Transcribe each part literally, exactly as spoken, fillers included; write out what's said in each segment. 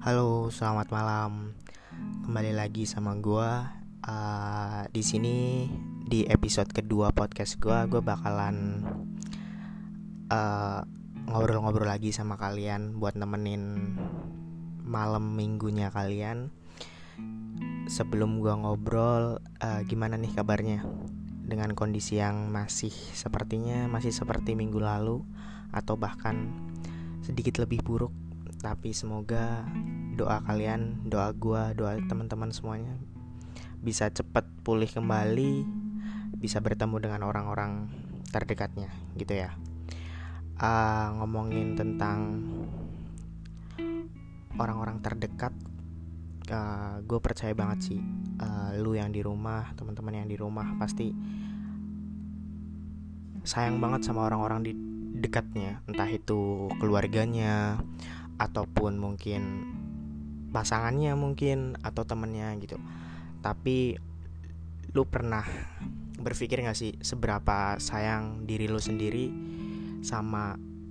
Halo, selamat malam. Kembali lagi sama gua uh, di sini di episode kedua podcast gua. Gua bakalan uh, ngobrol-ngobrol lagi sama kalian buat nemenin malam minggunya kalian. Sebelum gua ngobrol, uh, gimana nih kabarnya? Dengan kondisi yang masih sepertinya masih seperti minggu lalu atau bahkan sedikit lebih buruk. Tapi semoga doa kalian, doa gua, doa teman-teman semuanya bisa cepat pulih kembali, bisa bertemu dengan orang-orang terdekatnya gitu ya. uh, Ngomongin tentang orang-orang terdekat, uh, gue percaya banget sih, uh, lu yang di rumah, teman-teman yang di rumah pasti sayang banget sama orang-orang di dekatnya, entah itu keluarganya ataupun mungkin pasangannya mungkin atau temennya gitu. Tapi lu pernah berpikir gak sih seberapa sayang diri lu sendiri sama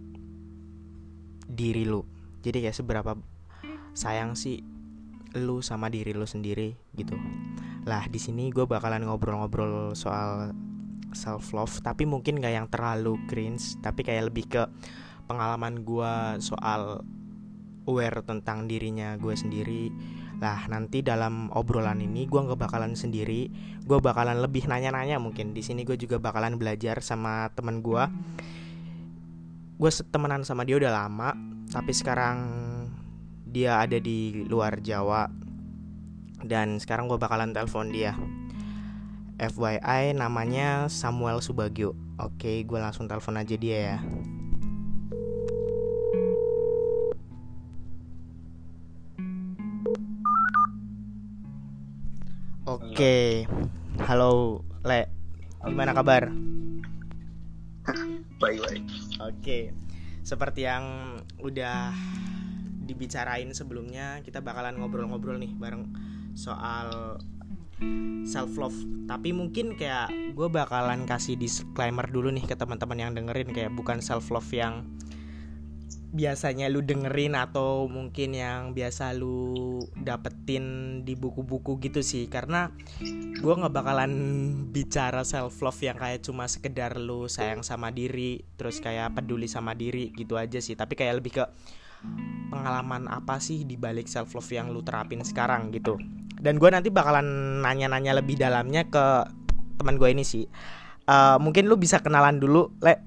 diri lu? Jadi kayak seberapa sayang sih lu sama diri lu sendiri gitu. Lah di sini gue bakalan ngobrol-ngobrol soal self love, tapi mungkin gak yang terlalu cringe, tapi kayak lebih ke pengalaman gue soal aware tentang dirinya gue sendiri. Lah nanti dalam obrolan ini gue nggak bakalan sendiri, gue bakalan lebih nanya-nanya. Mungkin di sini gue juga bakalan belajar sama teman gue. Gue temenan sama dia udah lama, tapi sekarang dia ada di luar Jawa dan sekarang gue bakalan telepon dia. F Y I namanya Samuel Subagio. Oke, gue langsung telepon aja dia ya. Oke, halo Le, gimana kabar? Baik-baik. Oke, seperti yang udah dibicarain sebelumnya, kita bakalan ngobrol-ngobrol nih bareng soal self love. Tapi mungkin kayak gue bakalan kasih disclaimer dulu nih ke teman-teman yang dengerin, kayak bukan self love yang biasanya lu dengerin atau mungkin yang biasa lu dapetin di buku-buku gitu sih. Karena gue gak bakalan bicara self love yang kayak cuma sekedar lu sayang sama diri terus kayak peduli sama diri gitu aja sih. Tapi kayak lebih ke pengalaman apa sih dibalik self love yang lu terapin sekarang gitu. Dan gue nanti bakalan nanya-nanya lebih dalamnya ke teman gue ini sih. uh, Mungkin lu bisa kenalan dulu, Le.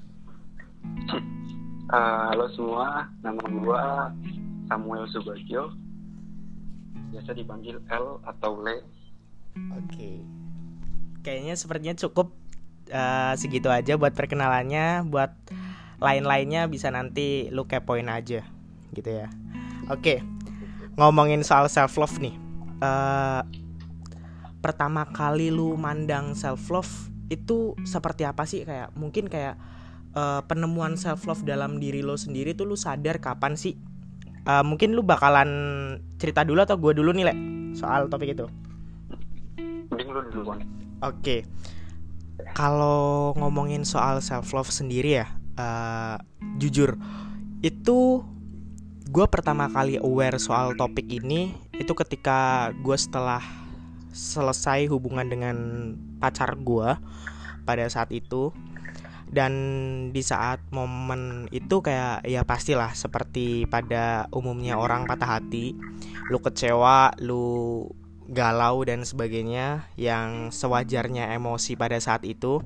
Uh, halo semua, nama gue Samuel Subagio, biasa dipanggil L atau Le. Oke, kayaknya sepertinya cukup uh, segitu aja buat perkenalannya. Buat lain-lainnya bisa nanti lu kepoin aja gitu ya. Oke, ngomongin soal self love nih. uh, Pertama kali lu mandang self love itu seperti apa sih? Kayak mungkin kayak Uh, penemuan self love dalam diri lo sendiri tuh lu sadar kapan sih? Uh, mungkin lu bakalan cerita dulu atau gue dulu nih, Le, soal topik itu. Mending lu duluan. Oke, kalau ngomongin soal self love sendiri ya, uh, jujur itu gue pertama kali aware soal topik ini itu ketika gue setelah selesai hubungan dengan pacar gue pada saat itu. Dan di saat momen itu kayak ya pastilah seperti pada umumnya orang patah hati, lu kecewa, lu galau dan sebagainya yang sewajarnya emosi pada saat itu.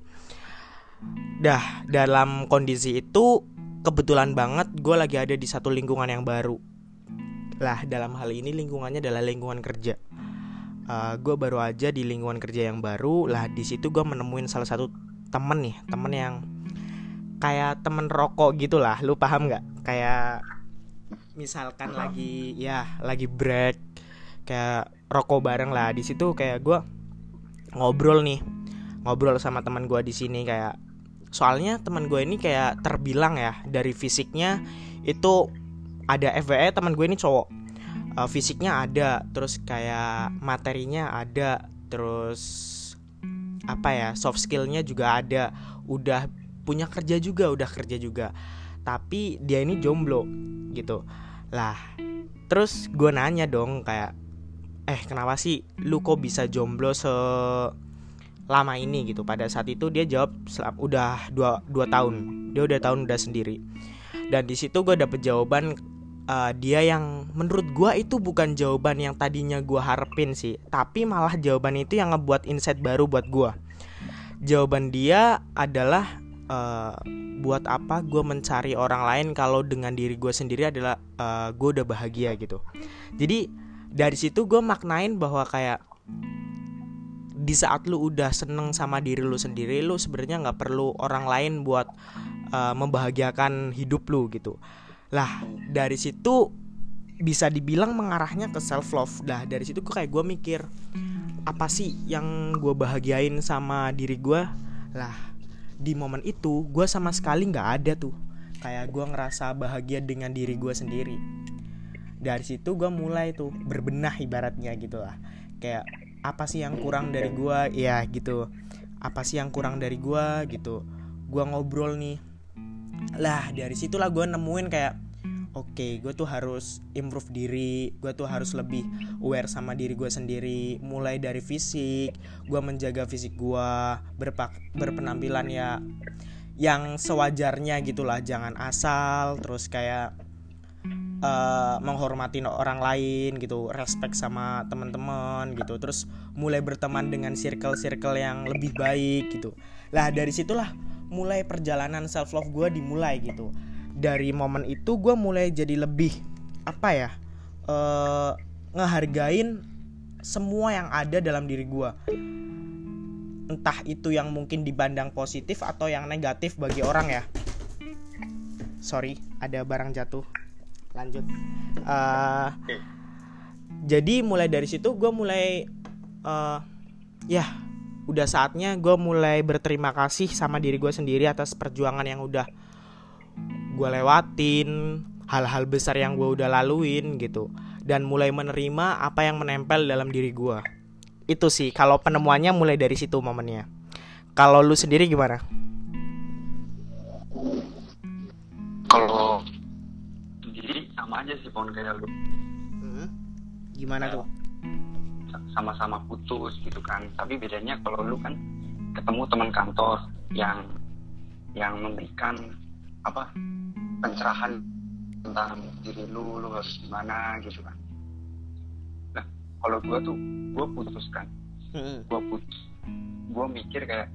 Dah dalam kondisi itu kebetulan banget gue lagi ada di satu lingkungan yang baru. Lah dalam hal ini lingkungannya adalah lingkungan kerja. uh, Gue baru aja di lingkungan kerja yang baru. Lah di situ gue menemuin salah satu temen nih, temen yang kayak temen rokok gitulah, lu paham nggak? Kayak misalkan lagi ya lagi break, kayak rokok bareng lah. Di situ kayak gue ngobrol nih, ngobrol sama teman gue di sini kayak soalnya teman gue ini kayak terbilang ya dari fisiknya itu ada F W A. Teman gue ini cowok, uh, fisiknya ada, terus kayak materinya ada, terus apa ya soft skillnya juga ada, udah punya kerja juga, udah kerja juga. Tapi dia ini jomblo gitu. Lah Terus gue nanya dong kayak, eh kenapa sih lu kok bisa jomblo selama ini gitu. Pada saat itu dia jawab udah dua, dua tahun, dia udah tahun udah sendiri. Dan di situ gue dapet jawaban uh, dia yang menurut gue itu bukan jawaban yang tadinya gue harapin sih, tapi malah jawaban itu yang ngebuat insight baru buat gue. Jawaban dia adalah uh, buat apa gue mencari orang lain kalau dengan diri gue sendiri adalah uh, gue udah bahagia gitu. Jadi dari situ gue maknain bahwa kayak di saat lu udah seneng sama diri lu sendiri, lu sebenarnya nggak perlu orang lain buat uh, membahagiakan hidup lu gitu. Lah dari situ bisa dibilang mengarahnya ke self love. Lah dari situ gue kayak gue mikir, apa sih yang gue bahagiain sama diri gue? Lah di momen itu gue sama sekali nggak ada tuh kayak gue ngerasa bahagia dengan diri gue sendiri. Dari situ gue mulai tuh berbenah ibaratnya gitu lah. Kayak apa sih yang kurang dari gue? Ya gitu. Apa sih yang kurang dari gue gitu. Gue ngobrol nih. Lah dari situlah gue nemuin kayak oke, okay, gue tuh harus improve diri. Gue tuh harus lebih aware sama diri gue sendiri. Mulai dari fisik, gue menjaga fisik gue, berpak- berpenampilan ya yang sewajarnya gitulah. Jangan asal. Terus kayak Uh, menghormati orang lain gitu, respect sama teman-teman gitu, terus mulai berteman dengan circle-circle yang lebih baik gitu. Lah dari situlah mulai perjalanan self love gue dimulai gitu. Dari momen itu gue mulai jadi lebih apa ya, uh, ngehargain semua yang ada dalam diri gue, entah itu yang mungkin dipandang positif atau yang negatif bagi orang ya. Sorry, ada barang jatuh. Lanjut. Uh, jadi mulai dari situ gue mulai uh, ya udah saatnya gue mulai berterima kasih sama diri gue sendiri atas perjuangan yang udah gue lewatin, hal-hal besar yang gue udah laluin gitu, dan mulai menerima apa yang menempel dalam diri gue. Itu sih kalau penemuannya mulai dari situ momennya. Kalau lu sendiri gimana? Kalau sama aja sih pohon kayak lu. Hmm. Gimana tuh? Sama-sama putus gitu kan. Tapi bedanya kalau lu kan ketemu teman kantor yang yang memberikan apa pencerahan tentang diri lu, lu harus gimana gitu kan. Nah kalau gue tuh gue putus kan, hmm. gue putus, gue mikir kayak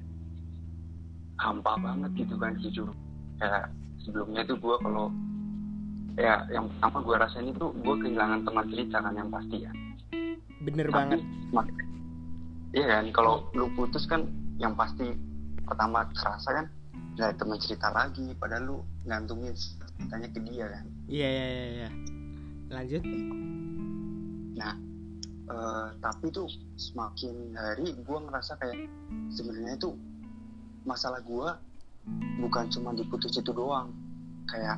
hampa banget gitu kan hidup. Kayak sebelumnya tuh gue kalau ya yang pertama gue rasain itu gue kehilangan teman cerita kan yang pasti ya. Bener tapi, banget. Mak- iya kan kalau lu putus kan yang pasti pertama terasa kan dari teman cerita lagi, padahal lu ngantungin ceritanya ke dia kan. Iya iya iya. iya. Lanjut. Nah uh, tapi tuh semakin hari gue ngerasa kayak sebenarnya itu masalah gue bukan cuma diputus itu doang, kayak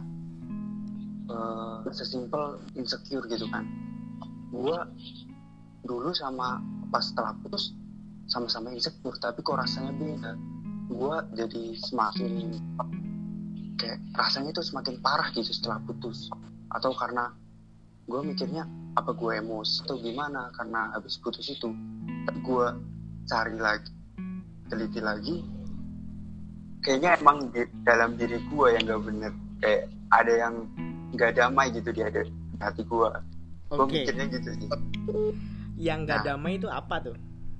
Uh, sesimpel insecure gitu kan. Gue dulu sama pas setelah putus sama-sama insecure, tapi kok rasanya beda. Gue jadi semakin kayak rasanya itu semakin parah gitu setelah putus. Atau karena gue mikirnya apa gue emosi atau gimana karena habis putus itu. Gue cari lagi, teliti lagi, kayaknya emang di dalam diri gue yang gak bener. Kayak ada yang nggak damai gitu di hati gue. Gue okay. mikirnya gitu sih. Yang nggak nah, damai itu apa tuh?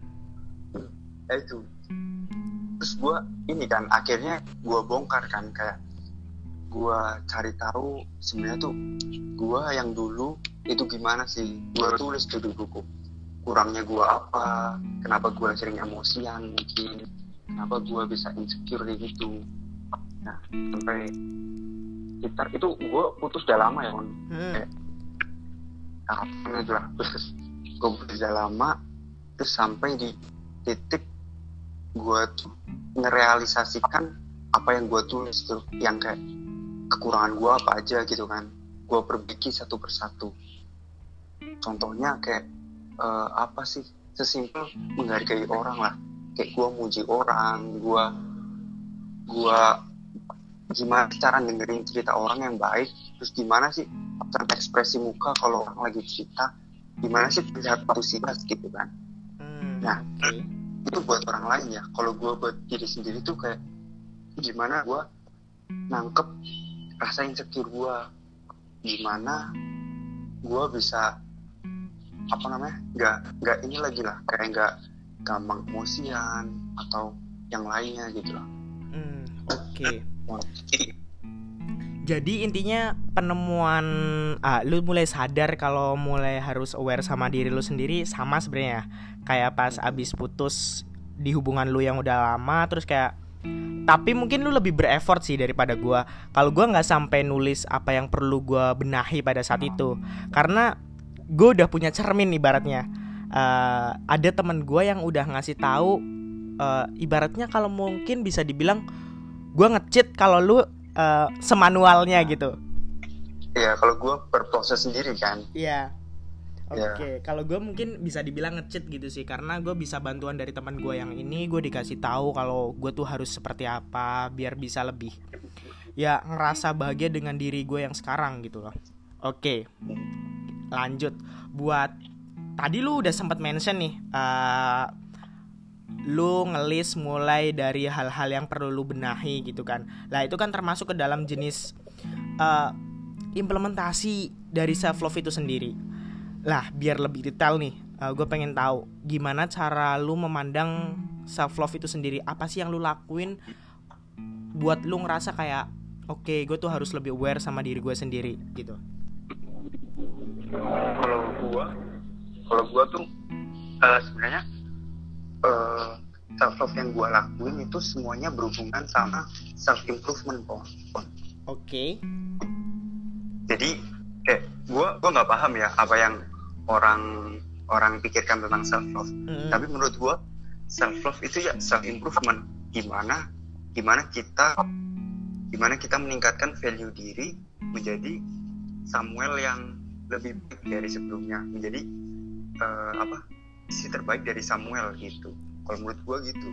Ya itu. Terus gue ini kan akhirnya gue bongkar kan, kayak gue cari tahu sebenarnya tuh gue yang dulu itu gimana sih. Gue tulis tuh di buku kurangnya gue apa, kenapa gue sering emosian mungkin, kenapa gue bisa insecure kayak gitu. Nah sampai sekitar itu gue putus udah lama ya kan, hmm. kayak kapan aja lah, terus gue putus udah lama, terus sampai di titik gue tuh ngerealisasikan apa yang gue tulis tuh, yang kayak kekurangan gue apa aja gitu kan, gue perbaiki satu persatu. Contohnya kayak uh, apa sih, sesimpel menghargai orang lah, kayak gue muji orang, gue gue gimana cara dengerin cerita orang yang baik, terus gimana sih pattern ekspresi muka kalau orang lagi cerita gimana sih terlihat antusias gitu kan. Hmm, Nah, oke. itu buat orang lain ya. Kalau gue buat diri sendiri tuh kayak gimana gue nangkep rasa insecure gue, gimana gue bisa apa namanya nggak nggak ini lagi lah, kayak nggak gampang emosian atau yang lainnya gitu loh. Hmm, oke. Nah, jadi Jadi intinya penemuan ah, lu mulai sadar kalau mulai harus aware sama diri lu sendiri sama sebenarnya. Kayak pas abis putus di hubungan lu yang udah lama, terus kayak tapi mungkin lu lebih bereffort sih daripada gua. Kalau gua nggak sampai nulis apa yang perlu gua benahi pada saat itu, karena gua udah punya cermin ibaratnya. Eh, ada teman gua yang udah ngasih tahu, eh, ibaratnya kalau mungkin bisa dibilang gua nge-cheat kalau lu eh, semanualnya gitu. ya kalau gue berproses sendiri kan. Iya. Ya. Oke, kalau gue mungkin bisa dibilang nge-cheat gitu sih, karena gue bisa bantuan dari teman gue yang ini, gue dikasih tahu kalau gue tuh harus seperti apa biar bisa lebih ya ngerasa bahagia dengan diri gue yang sekarang gitu loh. Oke, lanjut. Buat tadi lu udah sempat mention nih, eh, lu ngelis mulai dari hal-hal yang perlu lu benahi gitu kan. Lah itu kan termasuk ke dalam jenis eh, implementasi dari self love itu sendiri. Lah biar lebih detail nih, uh, gue pengen tahu gimana cara lu memandang self love itu sendiri. Apa sih yang lu lakuin buat lu ngerasa kayak oke, okay, gue tuh harus lebih aware sama diri gue sendiri gitu. Kalau gue, kalau gue tuh uh, sebenarnya uh, self love yang gue lakuin itu semuanya berhubungan sama self improvement kok. Oke. Okay. Jadi kayak gue gue nggak paham ya apa yang orang orang pikirkan tentang self love. Mm-hmm. Tapi menurut gue self love itu ya self improvement. Gimana gimana kita gimana kita meningkatkan value diri menjadi Samuel yang lebih baik dari sebelumnya, menjadi uh, apa isi terbaik dari Samuel gitu. Kalau menurut gue gitu.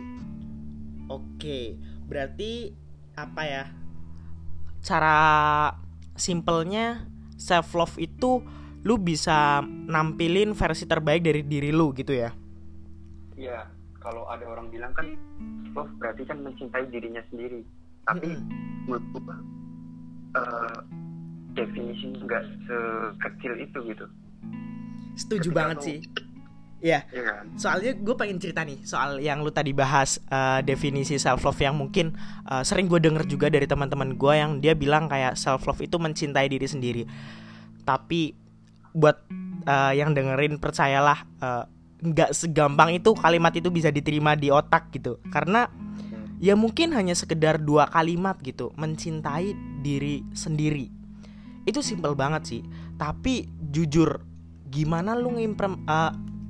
Oke, berarti apa ya? Cara simpelnya self love itu lu bisa nampilin versi terbaik dari diri lu gitu ya. Iya, kalau ada orang bilang kan love berarti kan mencintai dirinya sendiri. Tapi mm-hmm. menurut gua uh, definisi nggak sekecil itu gitu. Setuju Ketika banget lu, sih. Iya. Iya kan? Soalnya gue pengen cerita nih soal yang lu tadi bahas, uh, definisi self love yang mungkin uh, sering gue denger juga dari teman-teman gue yang dia bilang kayak self love itu mencintai diri sendiri. Tapi buat uh, yang dengerin percayalah, uh, nggak segampang itu kalimat itu bisa diterima di otak gitu. Karena ya mungkin hanya sekedar dua kalimat gitu, mencintai diri sendiri. Itu simpel banget sih. Tapi jujur, gimana lu ngimpre uh,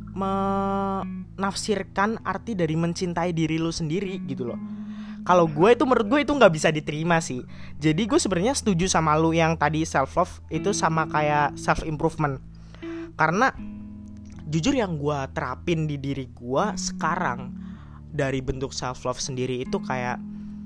menafsirkan arti dari mencintai diri lu sendiri gitu loh. Kalau gue itu menurut gue itu nggak bisa diterima sih. Jadi gue sebenarnya setuju sama lu yang tadi self love itu sama kayak self improvement. Karena jujur yang gue terapin di diri gue sekarang dari bentuk self love sendiri itu kayak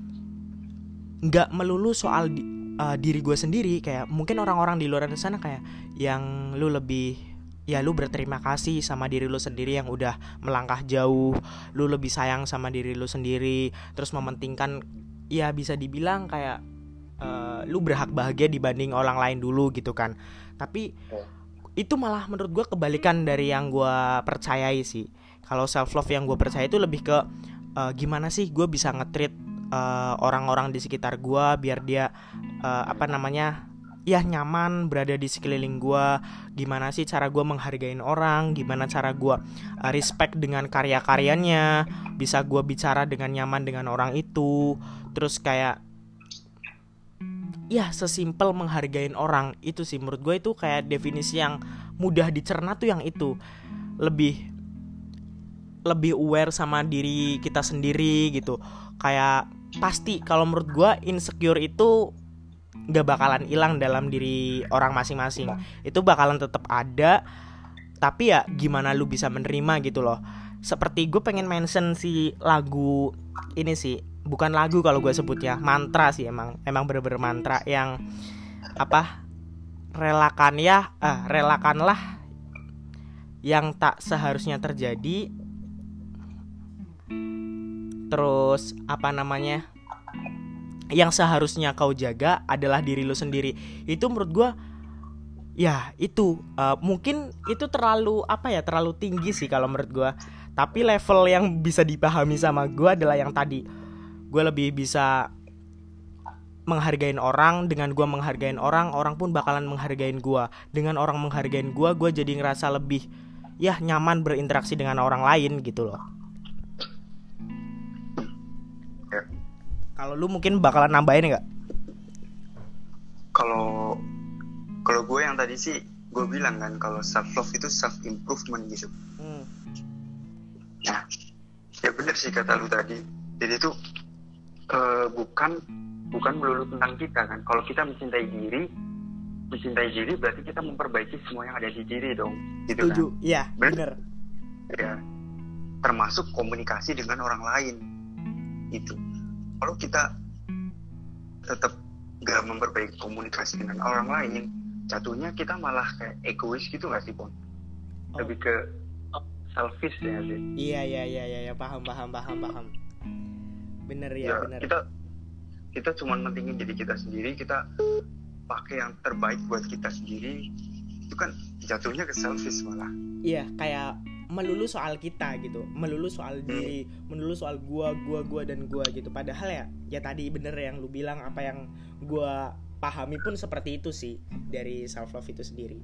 nggak melulu soal di, uh, diri gue sendiri. Kayak mungkin orang-orang di luar sana kayak yang lu lebih ya lu berterima kasih sama diri lu sendiri yang udah melangkah jauh, lu lebih sayang sama diri lu sendiri, terus mementingkan ya bisa dibilang kayak uh, lu berhak bahagia dibanding orang lain dulu gitu kan. Tapi itu malah menurut gue kebalikan dari yang gue percayai sih. Kalau self love yang gue percaya itu lebih ke uh, gimana sih gue bisa nge-treat uh, orang-orang di sekitar gue biar dia uh, apa namanya ya nyaman berada di sekeliling gue. Gimana sih cara gue menghargain orang, gimana cara gue uh, respect dengan karya-karyanya, bisa gue bicara dengan nyaman dengan orang itu. Terus kayak ya sesimpel menghargain orang. Itu sih menurut gue itu kayak definisi yang mudah dicerna tuh yang itu. Lebih lebih aware sama diri kita sendiri gitu. Kayak pasti kalau menurut gue insecure itu gak bakalan hilang dalam diri orang masing-masing. Itu bakalan tetap ada. Tapi ya gimana lu bisa menerima gitu loh. Seperti gue pengen mention si lagu ini sih. Bukan lagu kalau gue sebutnya, mantra sih emang. Emang bener-bener mantra yang apa, relakan ya, eh, relakanlah yang tak seharusnya terjadi. Terus apa namanya? Yang seharusnya kau jaga adalah diri lu sendiri. Itu menurut gue, ya itu uh, mungkin itu terlalu apa ya, terlalu tinggi sih kalau menurut gue. Tapi level yang bisa dipahami sama gue adalah yang tadi. Gue lebih bisa menghargain orang. Dengan gue menghargain orang, orang pun bakalan menghargain gue. Dengan orang menghargain gue, gue jadi ngerasa lebih ya nyaman berinteraksi dengan orang lain gitu loh. Kalau lu mungkin bakalan nambahin nggak? Kalau kalau gue yang tadi sih gue bilang kan, kalau self love itu self improvement gitu. Hmm. Nah, ya benar sih kata lu tadi. Jadi itu uh, bukan bukan melulu tentang kita kan. Kalau kita mencintai diri, mencintai diri berarti kita memperbaiki semua yang ada di diri dong. Gitu. Setuju. Kan? Iya, benar. Ya, termasuk komunikasi dengan orang lain. Itu. Kalau kita tetap gak memperbaiki komunikasi dengan orang lain, jatuhnya kita malah kayak egois gitu gak sih, Pon? Oh. Lebih ke selfish ya sih. Iya iya iya iya ya, paham paham paham paham. Bener ya, ya bener. Kita kita cuma mentingin diri kita sendiri, kita pakai yang terbaik buat kita sendiri. Itu kan jatuhnya ke selfish malah. Iya, kayak melulu soal kita gitu, melulu soal diri, melulu soal gua, gua, gua dan gua gitu. Padahal ya, ya tadi bener yang lu bilang, apa yang gua pahami pun seperti itu sih dari self love itu sendiri.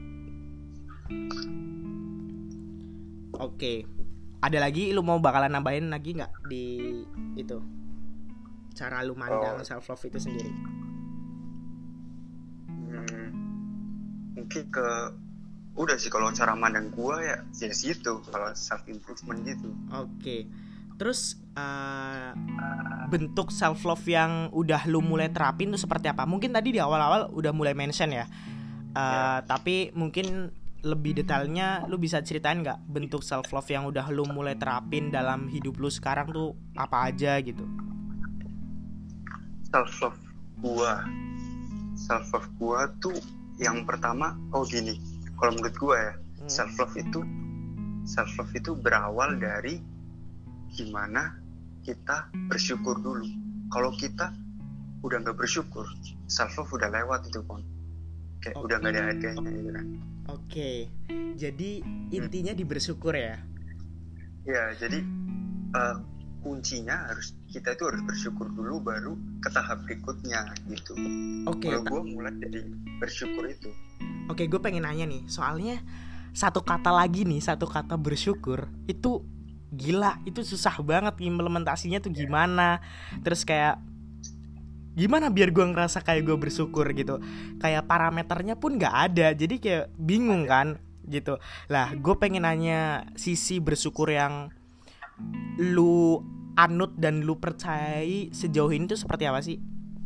Oke, ada lagi lu mau bakalan nambahin lagi nggak di itu cara lu mandang oh. self love itu sendiri? Hmm, mungkin ke udah sih kalau cara mandang gue ya ya situ, kalau self improvement gitu. Oke. Terus uh, bentuk self love yang udah lu mulai terapin tuh seperti apa? Mungkin tadi di awal-awal udah mulai mention ya. Uh, yeah. Tapi mungkin lebih detailnya lu bisa ceritain nggak bentuk self love yang udah lu mulai terapin dalam hidup lu sekarang tuh apa aja gitu? Self love gue, self love gue tuh yang pertama, oh gini. Kalau menurut gue ya, hmm. self love itu self love itu berawal dari gimana kita bersyukur dulu. Kalau kita udah nggak bersyukur, self love udah lewat itu, Pon. Kayak okay. udah nggak ada harganya gitu kan. Oke, okay. Jadi intinya hmm. di bersyukur ya? Ya, jadi uh, kuncinya harus kita itu harus bersyukur dulu, baru ke tahap berikutnya gitu. Oke. Okay, Kalau gue mulai dari bersyukur itu. Oke, gue pengen nanya nih, soalnya satu kata lagi nih, satu kata bersyukur itu gila, itu susah banget implementasinya tuh gimana. Terus kayak gimana biar gue ngerasa kayak gue bersyukur gitu. Kayak parameternya pun gak ada, jadi kayak bingung kan gitu. Lah, gue pengen nanya sisi bersyukur yang lu anut dan lu percayai sejauh ini tuh seperti apa sih?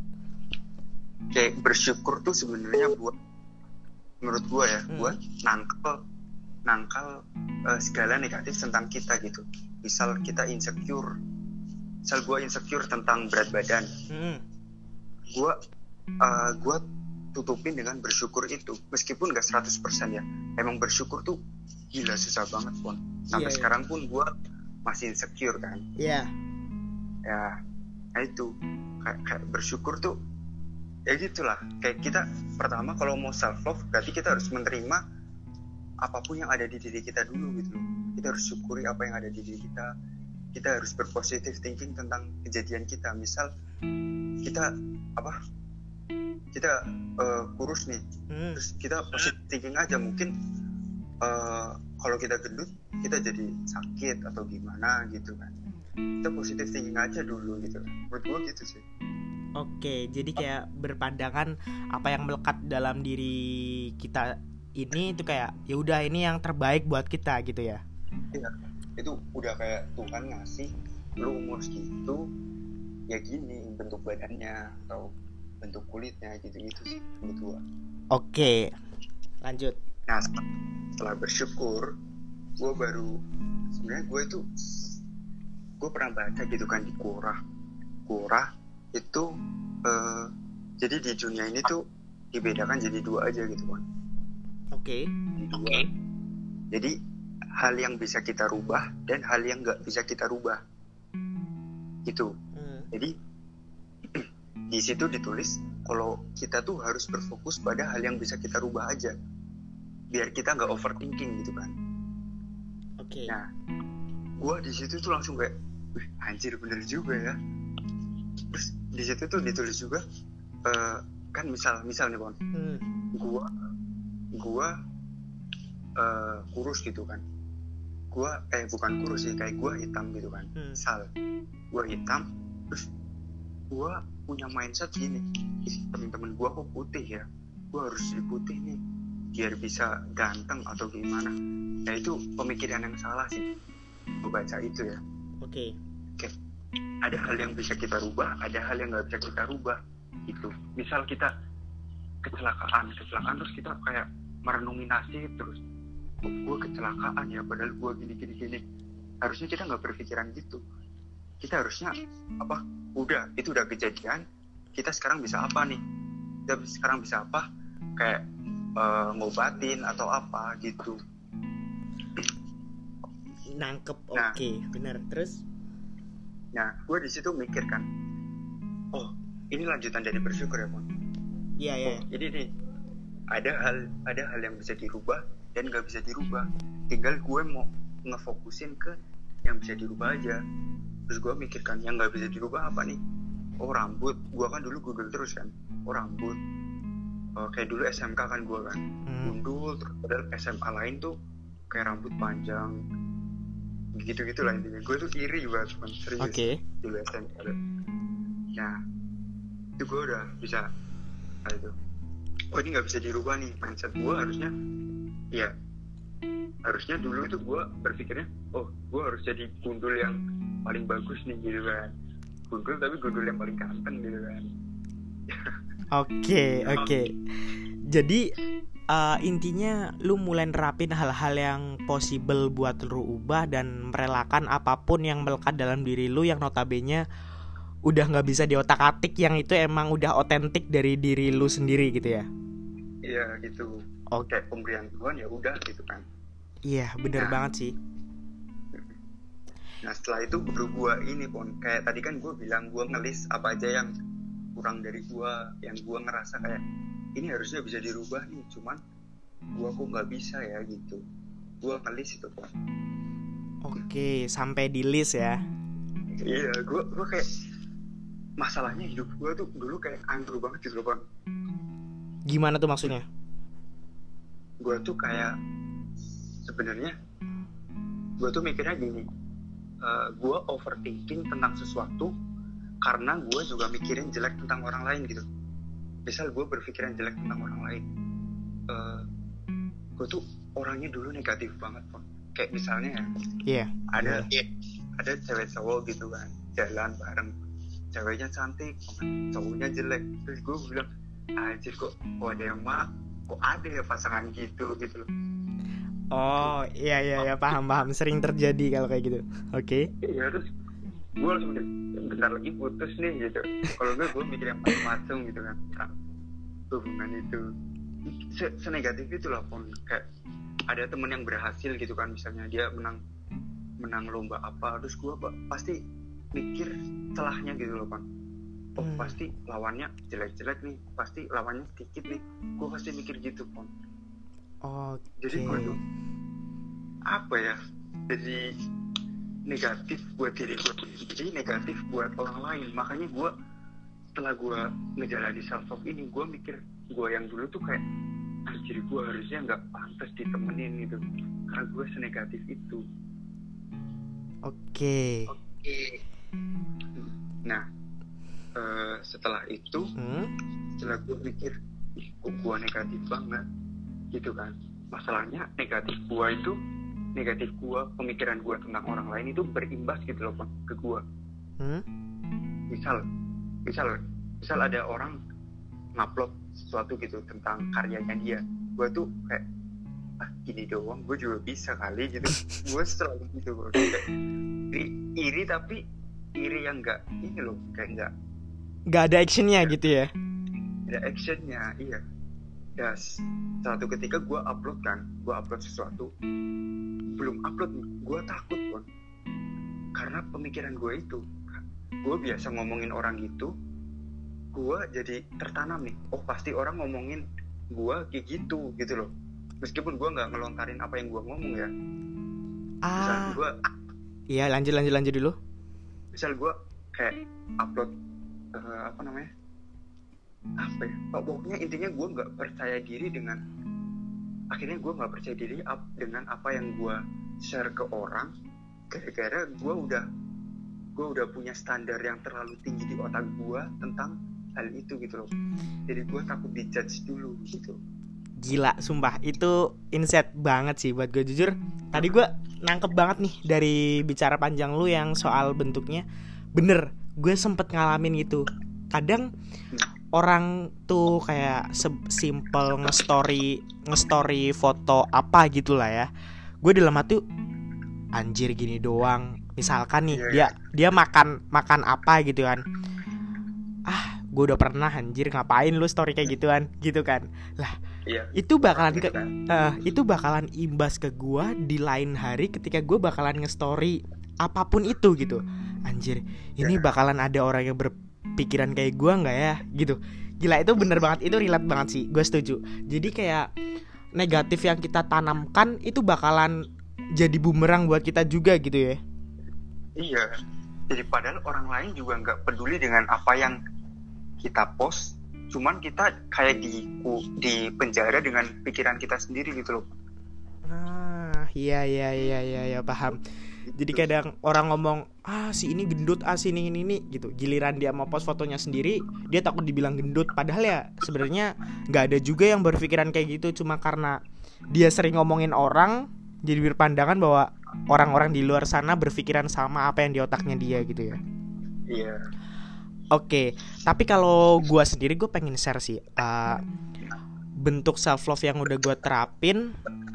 Kayak bersyukur tuh sebenarnya buat menurut gue ya, hmm. buat nangkal nangkal uh, segala negatif tentang kita gitu. Misal kita insecure, misal gue insecure tentang berat badan, hmm. gue uh, gue tutupin dengan bersyukur itu, meskipun gak seratus persen ya. Emang bersyukur tuh gila susah banget, Pon. Sampai yeah, sekarang yeah. pun gue masih insecure kan. Iya. Yeah. Ya, nah itu kayak, kayak bersyukur tuh ya gitulah. Kayak kita pertama kalau mau self love berarti kita harus menerima apapun yang ada di diri kita dulu gitu. Kita harus syukuri apa yang ada di diri kita. Kita harus berpositive thinking tentang kejadian kita. Misal kita apa? Kita uh, kurus nih. Hmm. Terus kita positive thinking aja, mungkin uh, kalau kita gendut kita jadi sakit atau gimana gitu kan. Kita positive thinking aja dulu gitu. Menurut gue gitu sih. Oke, jadi kayak berpandangan apa yang melekat dalam diri kita ini itu kayak ya udah ini yang terbaik buat kita gitu ya. Iya, itu udah kayak Tuhan ngasih lu umur segitu ya gini bentuk badannya atau bentuk kulitnya gitu-gitu sih menurut gua. Oke, lanjut. Nah, setelah bersyukur, gua baru sebenarnya gua itu gua pernah baca gitu kan di Quora. Quora itu uh, jadi di dunia ini tuh dibedakan jadi dua aja gitu kan. Oke. Jadi dua. Okay. Jadi hal yang bisa kita rubah dan hal yang nggak bisa kita rubah gitu. Hmm. Jadi di situ ditulis kalau kita tuh harus berfokus pada hal yang bisa kita rubah aja, biar kita nggak overthinking gitu kan. Oke. Okay. Nah, gue di situ tuh langsung kayak, wih anjir bener juga ya. Terus di situ tuh ditulis juga, uh, kan misal misal nih Bon, hmm. gue gue uh, kurus gitu kan. Gue eh bukan kurus sih, kayak gue hitam gitu kan. Hmm. Misal gue hitam, terus gue punya mindset gini, temen-temen gue kok putih ya, gue harus jadi putih nih biar bisa ganteng atau gimana. Nah itu pemikiran yang salah sih, gue baca itu ya. Oke. Okay. Oke. Okay. Ada hal yang bisa kita rubah, ada hal yang nggak bisa kita rubah. Itu. Misal kita kecelakaan, kecelakaan terus kita kayak merenungi nasib terus, oh, gue kecelakaan ya, padahal gue gini gini gini. Harusnya kita nggak berpikiran gitu. Kita harusnya apa? Udah, itu udah kejadian. Kita sekarang bisa apa nih? Kita sekarang bisa apa? Kayak uh, ngobatin atau apa gitu. Nangkep, nah, oke, okay. Benar. Terus? Nah, gue di situ mikir kan, oh, ini lanjutan dari bersyukur ya, Mon. Iya, yeah, iya. Yeah. Oh, jadi nih, ada hal, ada hal yang bisa dirubah dan nggak bisa dirubah. Tinggal gue mau ngefokusin ke yang bisa dirubah aja. Terus gue mikirkan yang nggak bisa dirubah apa nih? Oh rambut, gue kan dulu gundul terus kan. Oh rambut, oh, kayak dulu S M K kan gue kan hmm. gundul, terus padahal S M A lain tuh kayak rambut panjang, gitu-gitu lah intinya. Gue tuh iri juga cuman serius okay. Dulu S M K. Ya, itu gue udah bisa, nah itu. Oh ini nggak bisa dirubah nih mindset gue harusnya, ya harusnya dulu itu gue berpikirnya, oh gue harus jadi gundul yang paling bagus nih gitu kan, gundul tapi gundul yang paling ganteng gitu kan. Oke oke. Jadi uh, intinya lu mulai nerapin hal-hal yang possible buat lu ubah dan merelakan apapun yang melekat dalam diri lu yang notabene udah nggak bisa diotak-atik, yang itu emang udah otentik dari diri lu sendiri gitu ya. Iya gitu. Oke, okay. Pemberian Tuhan ya udah gitu kan. Iya bener nah, banget sih. Nah setelah itu baru gue ini Pon, kayak tadi kan gue bilang gue ngelis apa aja yang kurang dari gue, yang gue ngerasa kayak ini harusnya bisa dirubah nih, cuman gue kok nggak bisa ya gitu. Gue ngelis itu Pon. Oke, sampai di list ya. Iya, gue gue kayak masalahnya hidup gue tuh dulu kayak anggur banget gitu Pon. Gimana tuh maksudnya? Gue tuh kayak sebenarnya gue tuh mikirnya gini, uh, gue overthinking tentang sesuatu karena gue juga mikirin jelek tentang orang lain gitu. Misal gue berpikiran jelek tentang orang lain, uh, gue tuh orangnya dulu negatif banget Pon. Kayak misalnya yeah. ada yeah. ada cewek cowok gitu kan jalan bareng, ceweknya cantik, cowoknya jelek, terus gue bilang anjir kok kok ada yang mah kok ada ya pasangan gitu gitu loh. Oh iya iya ya paham paham sering terjadi kalau kayak gitu. Oke. Okay. Iya terus gue langsung mikir bentar lagi putus nih gitu. Kalau enggak gue mikir yang macam-macam gitu kan tentang hubungan itu. Se- senegatif itu lah Pon. Kayak ada temen yang berhasil gitu kan, misalnya dia menang menang lomba apa, terus gue pasti mikir celahnya gitu loh Pon. Oh hmm. pasti lawannya jelek-jelek nih, pasti lawannya sedikit nih, gue pasti mikir gitu Pon. Oh, okay. Jadi gue tuh apa ya, jadi negatif buat diri gue, jadi negatif buat orang lain. Makanya gue setelah gue ngejalani self talk ini, gue mikir gue yang dulu tuh kayak anjir gue harusnya nggak pantas ditemenin gitu, karena gue senegatif itu. Oke. Okay. Oke. Okay. Nah uh, setelah itu, hmm? setelah gue mikir, ih kok gue negatif banget gitu kan. Masalahnya negatif gua itu negatif gua, pemikiran gua tentang orang lain itu berimbas gitu loh Bang, ke gua. Hmm? Misal, misal, misal ada orang ngupload sesuatu gitu tentang karyanya dia, gua tuh kayak ah gini doang, gua juga bisa kali gitu. Gua selalu gitu, gua kayak iri, iri tapi iri yang enggak ini loh, kayak enggak enggak ada actionnya gitu ya. Ada actionnya, iya. ya satu ketika gue upload kan, gue upload sesuatu, belum upload gue takut pun, karena pemikiran gue itu, gue biasa ngomongin orang gitu, gue jadi tertanam nih, oh pasti orang ngomongin gue kayak gitu gitu loh, meskipun gue nggak ngelontarin apa yang gue ngomong ya. Misal Ah, gue, iya lanjut lanjut lanjut dulu. misal gue kayak upload uh, apa namanya, apa ya, pokoknya intinya gue nggak percaya diri dengan, akhirnya gue nggak percaya diri up, dengan apa yang gue share ke orang, gara-gara gue udah gue udah punya standar yang terlalu tinggi di otak gue tentang hal itu gitu loh, jadi gue takut dijudge dulu gitu. Gila, sumpah itu insight banget sih buat gue. Jujur tadi gue nangkep banget nih dari bicara panjang lu yang soal bentuknya. Bener, gue sempet ngalamin gitu. Kadang orang tuh kayak simple nge-story nge-story foto apa gitulah ya. Gue dalam hati anjir gini doang. Misalkan nih Iya, dia dia makan makan apa gitu kan. Ah, gue udah pernah anjir, ngapain lu story kayak gituan gitu kan. Lah, iya, itu bakalan ke, gitu kan. uh, itu bakalan imbas ke gua di lain hari ketika gua bakalan nge-story apapun itu gitu. Anjir, ini Ya. bakalan ada orang yang berpikiran kayak gua nggak ya gitu. Gila, itu bener banget, itu relate banget sih, gue setuju. Jadi kayak negatif yang kita tanamkan itu bakalan jadi bumerang buat kita juga gitu ya. Iya, jadi padahal orang lain juga nggak peduli dengan apa yang kita post, cuman kita kayak di di penjara dengan pikiran kita sendiri gitu loh. Ah, iya iya iya iya ya, paham. Jadi kadang orang ngomong, ah si ini gendut, ah si ini ini, ini gitu. Giliran dia mau post fotonya sendiri, dia takut dibilang gendut. Padahal ya sebenarnya nggak ada juga yang berpikiran kayak gitu. Cuma karena dia sering ngomongin orang, jadi berpandangan bahwa orang-orang di luar sana berpikiran sama apa yang di otaknya dia gitu ya. Iya. Oke, tapi kalau gue sendiri gue pengen share sih uh, bentuk self love yang udah gue terapin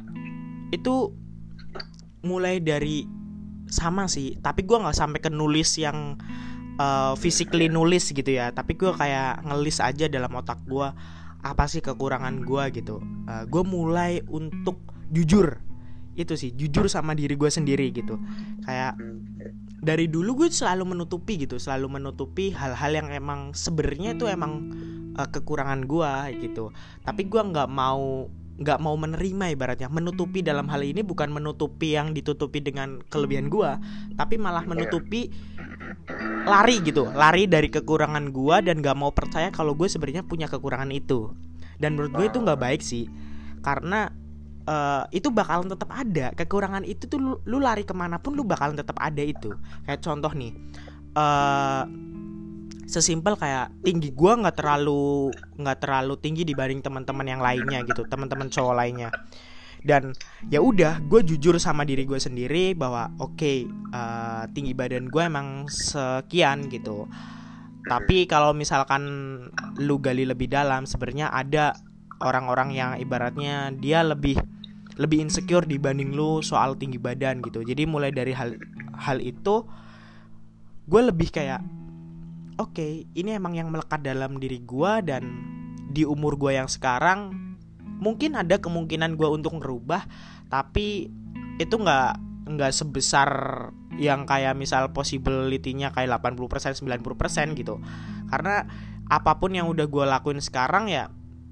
itu mulai dari sama sih, tapi gue nggak sampai ke nulis yang uh, physically nulis gitu ya, tapi gue kayak ngelis aja dalam otak gue apa sih kekurangan gue gitu. Uh, gue mulai untuk jujur, itu sih jujur sama diri gue sendiri gitu. Kayak dari dulu gue selalu menutupi gitu, selalu menutupi hal-hal yang emang sebenarnya itu emang uh, kekurangan gue gitu. Tapi gue nggak mau nggak mau menerima, ibaratnya menutupi dalam hal ini bukan menutupi yang ditutupi dengan kelebihan gue, tapi malah menutupi lari gitu, lari dari kekurangan gue dan nggak mau percaya kalau gue sebenarnya punya kekurangan itu. Dan menurut gue itu nggak baik sih, karena Uh, itu bakalan tetap ada kekurangan itu tuh, lu, lu lari kemanapun lu bakalan tetap ada itu. Kayak contoh nih, uh, sesimpel kayak tinggi gue nggak terlalu nggak terlalu tinggi dibanding teman-teman yang lainnya gitu, teman-teman cowok lainnya. Dan ya udah, gue jujur sama diri gue sendiri bahwa oke, okay, uh, tinggi badan gue emang sekian gitu. Tapi kalau misalkan lu gali lebih dalam, sebenarnya ada orang-orang yang ibaratnya dia lebih lebih insecure dibanding lu soal tinggi badan gitu. Jadi mulai dari hal hal itu gue lebih kayak oke, okay, ini emang yang melekat dalam diri gue, dan di umur gue yang sekarang mungkin ada kemungkinan gue untuk ngerubah, tapi itu nggak nggak sebesar yang kayak misal possibility-nya kayak delapan puluh persen sembilan puluh persen gitu. Karena apapun yang udah gue lakuin sekarang ya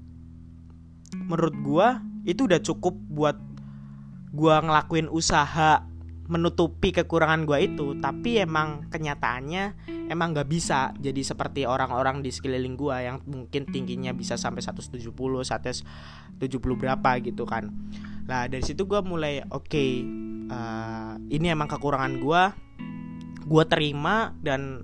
menurut gue itu udah cukup buat gue ngelakuin usaha menutupi kekurangan gue itu. Tapi emang kenyataannya emang gak bisa jadi seperti orang-orang di sekeliling gue yang mungkin tingginya bisa sampai seratus tujuh puluh, seratus tujuh puluh berapa gitu kan. Nah dari situ gue mulai oke, okay, uh, ini emang kekurangan gue, gue terima, dan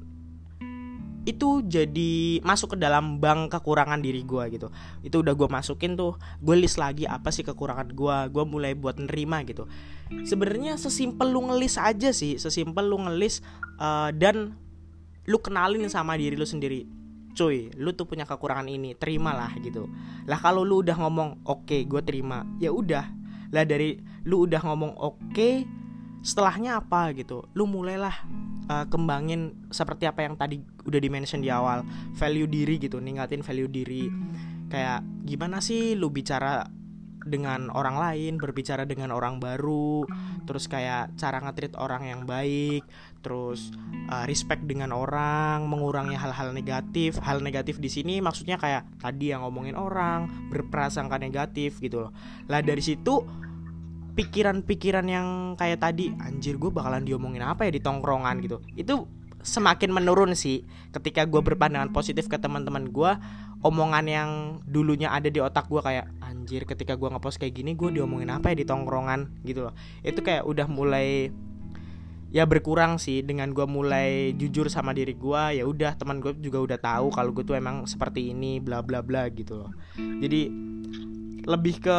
itu jadi masuk ke dalam bank kekurangan diri gue gitu. Itu udah gue masukin tuh, gue list lagi apa sih kekurangan gue, gue mulai buat nerima gitu. Sebenarnya sesimpel lu ngelis aja sih, sesimpel lu ngelis uh, dan lu kenalin sama diri lu sendiri, cuy, lu tuh punya kekurangan ini, terimalah gitu. Lah kalau lu udah ngomong oke, okay, gue terima, ya udah. Lah dari lu udah ngomong oke, okay, setelahnya apa gitu, lu mulailah uh, kembangin seperti apa yang tadi udah di-mention di awal, value diri gitu, ningkatin value diri. Kayak gimana sih lu bicara dengan orang lain, berbicara dengan orang baru, terus kayak cara nge-treat orang yang baik, terus uh, respect dengan orang, mengurangi hal-hal negatif. Hal negatif di sini maksudnya kayak tadi yang ngomongin orang, berprasangka negatif gitu loh. Lah dari situ pikiran-pikiran yang kayak tadi, anjir gue bakalan diomongin apa ya di tongkrongan gitu, itu semakin menurun sih ketika gue berpandangan positif ke teman-teman gue. Omongan yang dulunya ada di otak gue kayak anjir ketika gue ngepost kayak gini gue diomongin apa ya di tongkrongan gitu loh, itu kayak udah mulai ya berkurang sih dengan gue mulai jujur sama diri gue. Ya udah, teman gue juga udah tahu kalau gue tuh emang seperti ini bla bla bla gitu loh. Jadi lebih ke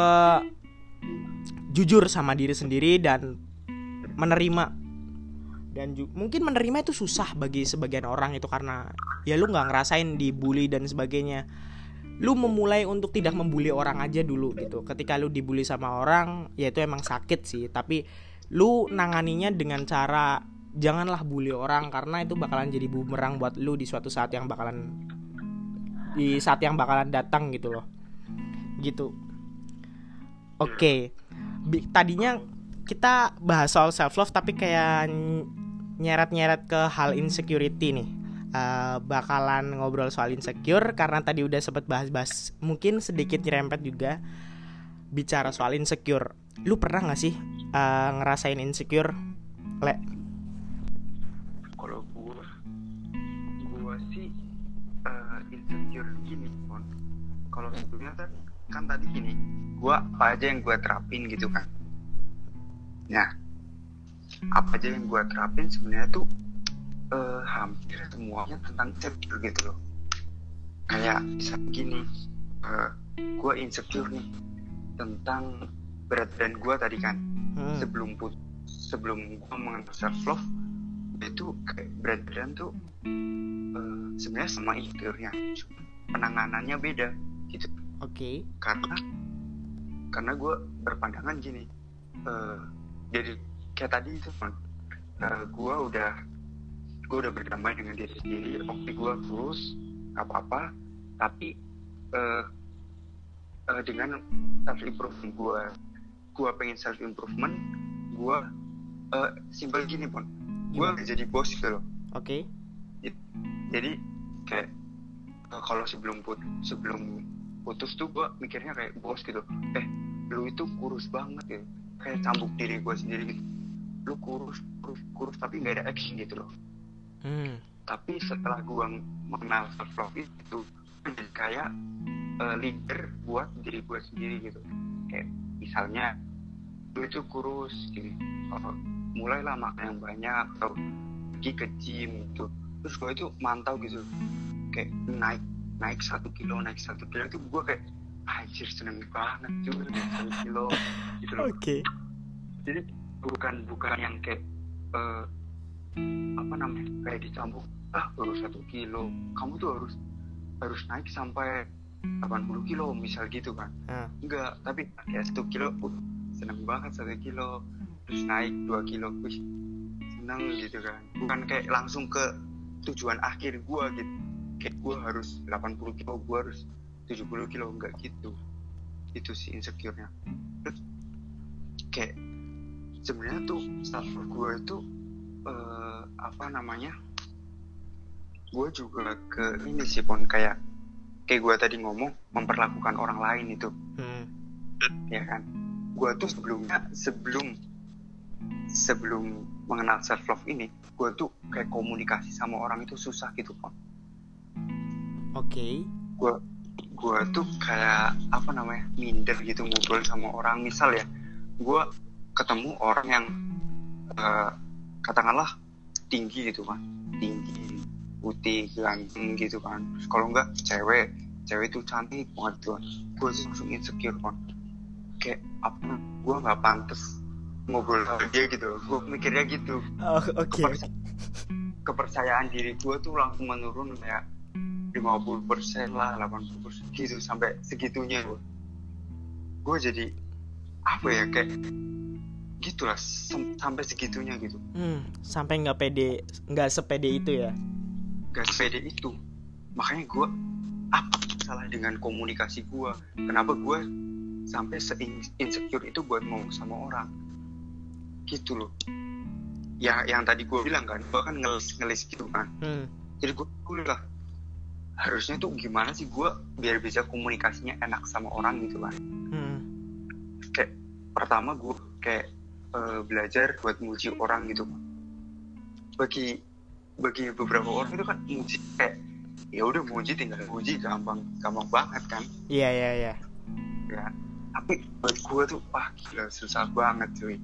jujur sama diri sendiri dan menerima. Dan ju- mungkin menerima itu susah bagi sebagian orang itu karena ya lu nggak ngerasain dibully dan sebagainya. Lu memulai untuk tidak membuli orang aja dulu gitu. Ketika lu dibully sama orang ya itu emang sakit sih, tapi lu nanganinya dengan cara janganlah bully orang, karena itu bakalan jadi bumerang buat lu di suatu saat yang bakalan di saat yang bakalan datang gitu loh. Gitu. Oke. Okay. Tadinya kita bahas soal self love tapi kayak nyeret-nyeret ke hal insecurity nih. Uh, bakalan ngobrol soal insecure karena tadi udah sempet bahas-bahas, mungkin sedikit nyerempet juga bicara soal insecure. Lu pernah gak sih uh, ngerasain insecure, Le? Kalau gua gua sih uh, insecure gini, Mon. Kalau sebelumnya kan kan tadi gini, gua apa aja yang gua terapin gitu kan. Nah, apa aja yang gue terapin sebenarnya tuh uh, hampir semuanya tentang insecure gitu loh. Kayak bisa begini, uh, gue insecure nih tentang berat badan gue tadi kan. hmm. Sebelum put sebelum gue mengenal self love itu kayak berat badan tuh uh, sebenarnya sama insecure-nya, penanganannya beda gitu. Oke. Okay. Karena karena gue berpandangan gini, uh, jadi kayak tadi itu kan, uh, gue udah gue udah berdamai dengan diri sendiri. Oke, gue kurus nggak apa-apa, tapi uh, uh, dengan self improvement gue gue pengen self improvement gue uh, simpel gini pun gue nggak jadi bos gitu loh. Oke. Okay. Jadi kayak uh, kalau sebelum put sebelum putus tuh gue mikirnya kayak bos gitu, eh lu itu kurus banget ya, kayak cambuk diri gue sendiri gitu, lu kurus kurus kurus tapi nggak ada action gitu loh. hmm. Tapi setelah gue mengenal self love itu menjadi kayak uh, leader buat diri gue sendiri gitu. Kayak misalnya lu itu kurus gini, oh, mulailah makan yang banyak atau pergi ke gym gitu. Terus gue itu mantau gitu, kayak naik naik satu kilo naik satu kilo itu gue kayak anjir seneng banget tuh naik satu kilo gitu loh. Oke. Okay. Jadi bukan bukan yang kayak uh, apa namanya kayak dicambuk, ah baru satu kilo kamu tuh harus harus naik sampai delapan puluh kilo misal gitu kan. uh. Enggak, tapi kayak satu kilo uh, seneng banget satu kilo, terus naik dua kilo wih seneng gitu kan. Bukan kayak langsung ke tujuan akhir gue gitu, kayak gue harus delapan puluh kilo, gue harus tujuh puluh kilo, enggak gitu. Itu sih insecure-nya. Terus kayak sebenarnya tuh self love gue itu uh, apa namanya, gue juga ke ini sih pon, kayak kayak gue tadi ngomong memperlakukan orang lain itu. hmm. Ya kan, gue tuh sebelumnya sebelum sebelum mengenal self love ini gue tuh kayak komunikasi sama orang itu susah gitu pon. Oke. Okay. Gue gue tuh kayak apa namanya minder gitu ngobrol sama orang. Misal ya, gue ketemu orang yang uh, katakanlah tinggi gitu kan, tinggi, putih, ganteng gitu kan. Terus kalau enggak cewek, cewek itu cantik banget tuh, gue langsung insecure kan. Kayak apa? Gue nggak pantas ngobrol sama dia gitu. Gue mikirnya gitu. Oh, oke. Okay. Kepercayaan, kepercayaan diri gue tuh langsung menurun kayak lima puluh persen lah, delapan puluh persen gitu, sampai segitunya gue. Gue jadi apa ya kayak gitulah sem- sampai segitunya gitu. Hmm, sampai nggak pede, nggak sepede itu ya? Nggak sepede itu. Makanya gue apa masalah dengan komunikasi gue. Kenapa gue sampai se-insecure itu buat ngomong sama orang gitu loh. Ya yang tadi gue bilang kan, gue kan ngelis-ngelis gitu kan. hmm. Jadi gue lah harusnya tuh gimana sih gue biar bisa komunikasinya enak sama orang gitu kan. hmm. Kayak pertama gue kayak uh, belajar buat muji orang gitu. Bagi bagi beberapa orang itu kan muji kayak ya udah muji tinggal muji gampang gampang banget kan. Iya iya iya. Ya tapi buat gue tuh wah gila susah banget cuy.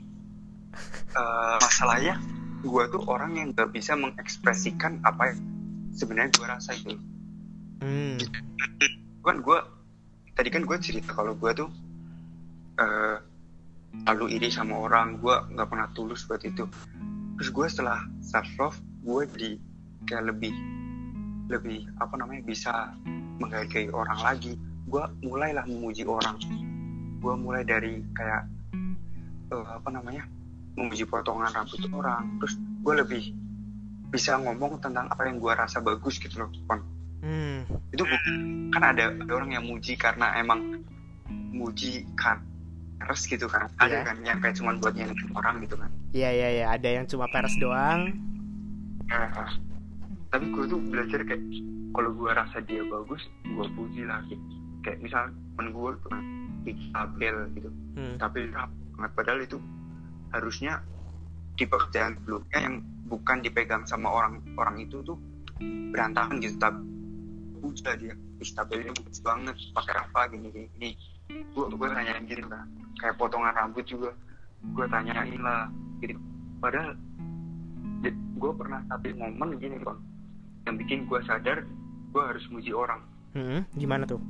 uh, masalahnya gue tuh orang yang gak bisa mengekspresikan apa yang sebenarnya gue rasa itu. Hmm. Kan gue tadi kan gue cerita kalau gue tuh uh, lalu iri sama orang, gue nggak pernah tulus buat itu. Terus gue setelah self love, gue jadi kayak lebih lebih apa namanya bisa menghargai orang lagi. Gue mulailah memuji orang. Gue mulai dari kayak uh, apa namanya memuji potongan rambut orang. Terus gue lebih bisa ngomong tentang apa yang gue rasa bagus gitu loh, Pon. Hmm. Itu kan ada, ada orang yang muji karena emang muji kan peres gitu kan. Ada yeah. kan yang kayak cuma buat nyenengin orang gitu kan. Iya yeah, iya yeah, iya, yeah. Ada yang cuma peres doang. Uh, tapi gue tuh belajar kayak kalau gue rasa dia bagus, gue puji lagi. Kayak misal temen gue tuh kan bikin tabel gitu, hmm. tabel banget. Padahal itu harusnya di pekerjaan sebelumnya yang bukan dipegang sama orang orang itu tuh berantakan gitu. Tapi puja dia, tabel ini bagus banget, pakai apa gini gini. gini. Gue gue tanyain gitu kan, kayak potongan rambut juga gue tanyain lah gitu. Padahal gue pernah satu momen gini bang yang bikin gue sadar gue harus muji orang. hmm, Gimana tuh?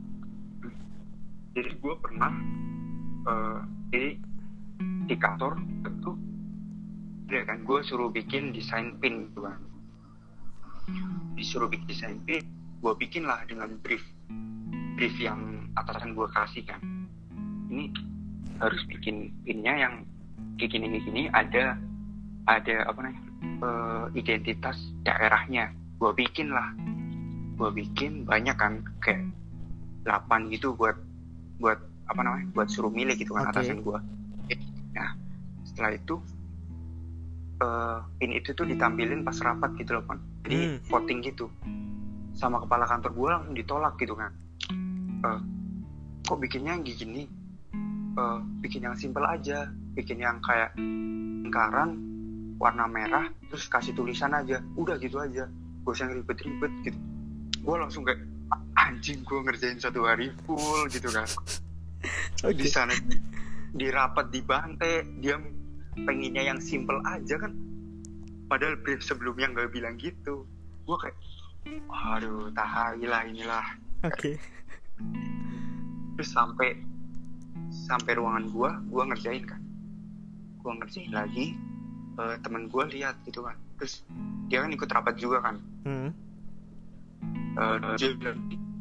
Jadi gue pernah uh, di di kantor itu ya kan gue suruh bikin desain pin gitu kan. Disuruh bikin desain pin, gue bikin lah dengan brief brief yang atasan gue kasih kan. Ini harus bikin pinnya yang kayak gini gini ada ada apa namanya uh, identitas daerahnya. Gue bikin lah, gue bikin banyak kan kayak delapan gitu buat buat apa namanya buat suruh milih gitu kan. Okay. Atasan gue. Nah setelah itu uh, pin itu tuh ditampilin pas rapat gitu loh kan. Jadi hmm. voting gitu sama kepala kantor gue langsung ditolak gitu kan. Uh, kok bikinnya gini, uh, bikin yang simple aja, bikin yang kayak lingkaran warna merah terus kasih tulisan aja, udah gitu aja, gak usah ribet-ribet gitu. Gue langsung kayak anjing, gue ngerjain satu hari full gitu kan. Okay. Di sana di, di rapat dibantai, dia pengennya yang simple aja kan, padahal brief sebelumnya nggak bilang gitu. Gue kayak aduh tahilah inilah. Oke. Okay. Terus sampai sampai ruangan gue, gue ngerjain kan, gue ngerjain lagi. Uh, temen gue lihat gitu kan, terus dia kan ikut rapat juga kan. hmm. uh, dia bilang,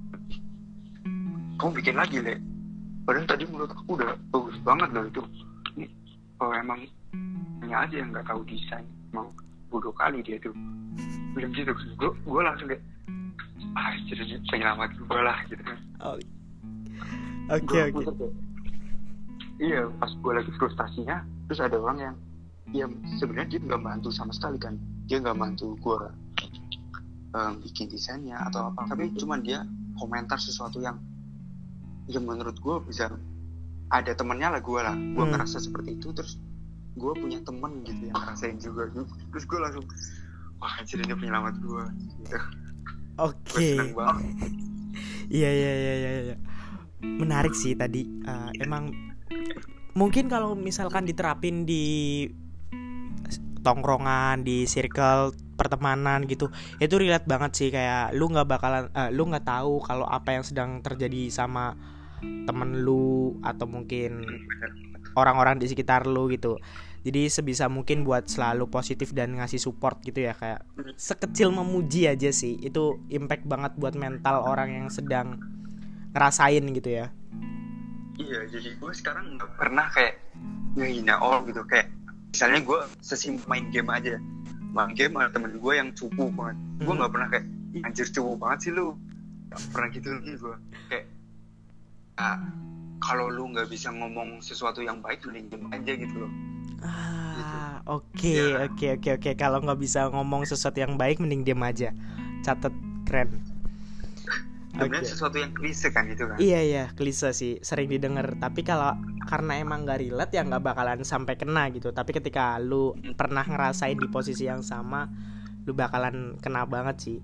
kamu bikin lagi Le, padahal tadi menurut aku udah bagus banget loh itu. Ini oh emang hanya aja yang nggak tahu desain, emang bodoh kali dia tuh bilang gitu. Gue gue langsung kayak ah jadi penyelamat gue lah gitu kan. oh. Oke okay, oke okay. Iya, pas gue lagi frustasinya, terus ada orang yang ya sebenarnya dia nggak bantu sama sekali kan, dia nggak bantu gue um, bikin desainnya atau apa, tapi cuman dia komentar sesuatu yang yang menurut gue bisa ada temennya lah gue lah, gue hmm. ngerasa seperti itu. Terus gue punya temen gitu yang ngerasain juga gitu. Terus gue langsung wah jadi dia penyelamat gue gitu. Oke. Okay. Seneng banget. Iya iya iya iya iya. Menarik sih tadi. Uh, emang mungkin kalau misalkan diterapin di tongkrongan, di circle pertemanan gitu, itu relate banget sih. Kayak lu nggak bakalan uh, lu nggak tahu kalau apa yang sedang terjadi sama temen lu atau mungkin orang-orang di sekitar lu gitu. Jadi sebisa mungkin buat selalu positif dan ngasih support gitu ya. Kayak sekecil memuji aja sih, itu impact banget buat mental orang yang sedang ngerasain gitu ya. Iya, jadi gue sekarang nggak pernah kayak ngehina orang gitu. Kayak misalnya gue sesimpel main game aja, main game ada temen gue yang cupu banget, hmm. gue nggak pernah kayak anjir cupu banget sih lu, Gak pernah gitu lagi gue kayak ah, kalau lu nggak bisa ngomong sesuatu yang baik mending diem aja gitu loh. Gitu. Ah, oke, Ya. oke, oke, oke. Kalau nggak bisa ngomong sesuatu yang baik, mending diam aja. Catat, keren. Sebenarnya Oke. sesuatu yang klise kan itu kan. Iya, iya, klise sih, sering didengar. Tapi kalau karena emang nggak relate ya nggak bakalan sampai kena gitu. Tapi ketika lu pernah ngerasain di posisi yang sama, lu bakalan kena banget sih.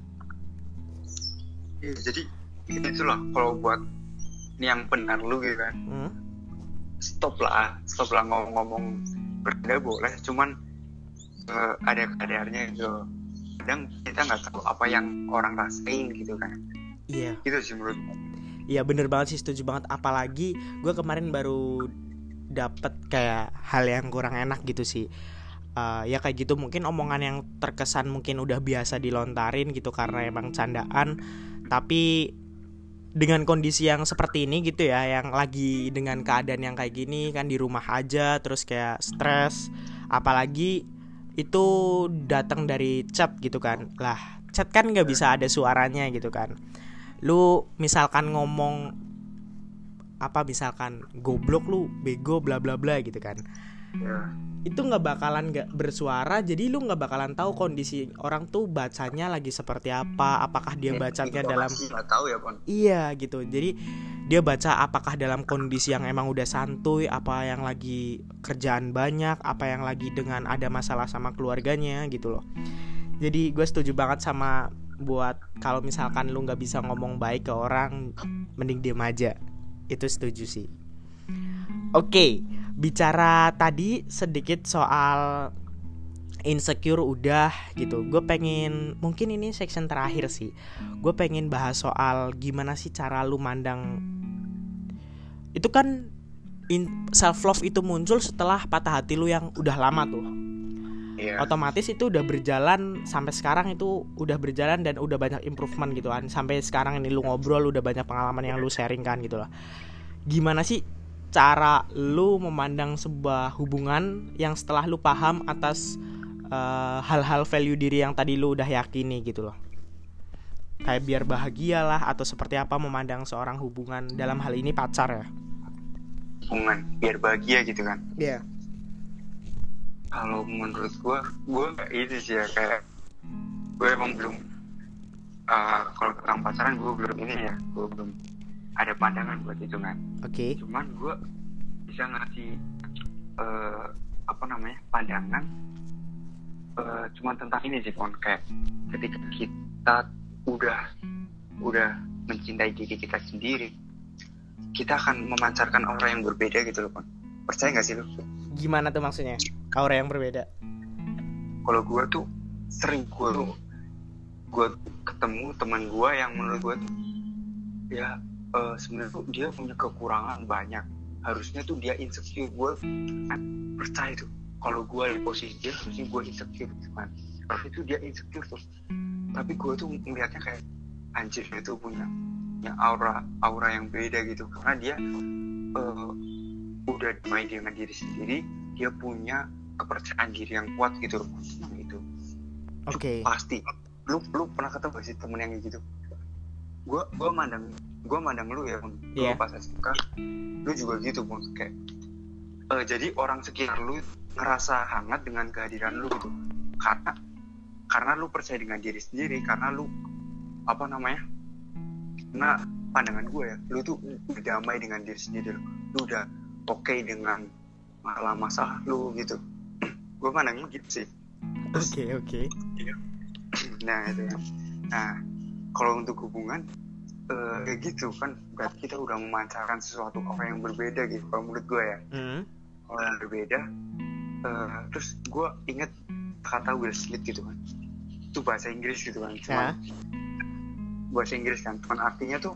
Iya, jadi itu loh kalau buat ini yang benar lu gitu kan. Hmm? Stop lah, stop lah ngomong-ngomong berbeda boleh, cuman eh, ada kadarnya gitu. Kadang kita nggak tahu apa yang orang rasain gitu kan. Iya, Gitu sih menurut gue. iya bener banget sih, setuju banget. Apalagi gue kemarin baru dapet kayak hal yang kurang enak gitu sih. Eh, ya kayak gitu, mungkin omongan yang terkesan mungkin udah biasa dilontarin gitu karena emang candaan. Tapi dengan kondisi yang seperti ini gitu ya, yang lagi dengan keadaan yang kayak gini kan, di rumah aja terus kayak stres, apalagi itu datang dari chat gitu kan. Lah, chat kan nggak bisa ada suaranya gitu kan. Lu misalkan ngomong apa, misalkan goblok lu, bego, bla bla bla gitu kan, Ya. itu nggak bakalan nggak bersuara. Jadi lu nggak bakalan tahu kondisi orang tuh bacanya lagi seperti apa, apakah dia bacanya dalam, Masih nggak tahu ya Pon. iya gitu. Jadi dia baca apakah dalam kondisi yang emang udah santuy, apa yang lagi kerjaan banyak, apa yang lagi dengan ada masalah sama keluarganya gitu loh. Jadi gue setuju banget sama buat kalau misalkan lu nggak bisa ngomong baik ke orang, mending diem aja. Itu setuju sih. Oke, bicara tadi sedikit soal insecure udah gitu. Gue pengen, mungkin ini section terakhir sih, gue pengen bahas soal gimana sih cara lu mandang. Itu kan in, self love itu muncul setelah patah hati lu yang udah lama tuh. Iya. Otomatis itu udah berjalan sampai sekarang, itu udah berjalan dan udah banyak improvement gitu kan. Sampai sekarang ini lu ngobrol, udah banyak pengalaman yang lu sharing kan gitu loh. Gimana sih cara lu memandang sebuah hubungan yang setelah lu paham atas uh, hal-hal value diri yang tadi lu udah yakini gitu loh. Kayak biar bahagia lah, atau seperti apa memandang seorang hubungan, dalam hal ini pacar ya. Hubungan biar bahagia gitu kan. Iya. Yeah. Kalau menurut gue, gue nggak itu sih ya, kayak gue emang belum uh, kalau tentang pacaran gue belum ini ya, gue belum ada pandangan buat itu kan. Oke. Okay. Cuman gue bisa ngasih uh, apa namanya pandangan uh, cuman tentang ini sih Pon, kayak ketika kita udah udah mencintai diri kita sendiri, kita akan memancarkan aura yang berbeda gitu loh Pon. Percaya nggak sih lo? Gimana tuh maksudnya? Aura yang berbeda. Kalau gue tuh sering gue tuh gue ketemu teman gue yang menurut gue tuh ya uh, sebenarnya tuh dia punya kekurangan banyak. Harusnya tuh dia insecure. Gue kan percaya tuh kalau gue di posisi dia harusnya gue insecure gitu kan. Tapi itu dia insecure tuh. Tapi gue tuh melihatnya kayak anjir, dia tuh punya punya aura aura yang beda gitu, karena dia uh, udah damai dengan diri sendiri, dia punya kepercayaan diri yang kuat gitu loh. Nah, itu Oke. Okay. Pasti lu lu pernah ketemu sih temen yang kayak gitu. Gue gue mandang gue mandang lu ya, yeah. Lu pas S M K lu juga gitu Bang, kayak uh, jadi orang sekitar lu ngerasa hangat dengan kehadiran lu gitu, karena karena lu percaya dengan diri sendiri, karena lu apa namanya, karena pandangan gue ya, lu tuh udah damai dengan diri sendiri, lu, lu udah oke okay dengan masalah-masalah lu gitu. Gue pandangnya gitu sih. Oke oke. Nah itu ya. Nah kalau untuk hubungan uh, kayak gitu kan, berarti kita udah memancarkan sesuatu orang yang berbeda gitu. Kalau menurut gue ya, mm. orang yang berbeda. Uh, terus gue inget kata Will Smith gitu kan. Itu bahasa Inggris gitu kan. Cuman yeah. bahasa Inggris kan. Cuman artinya tuh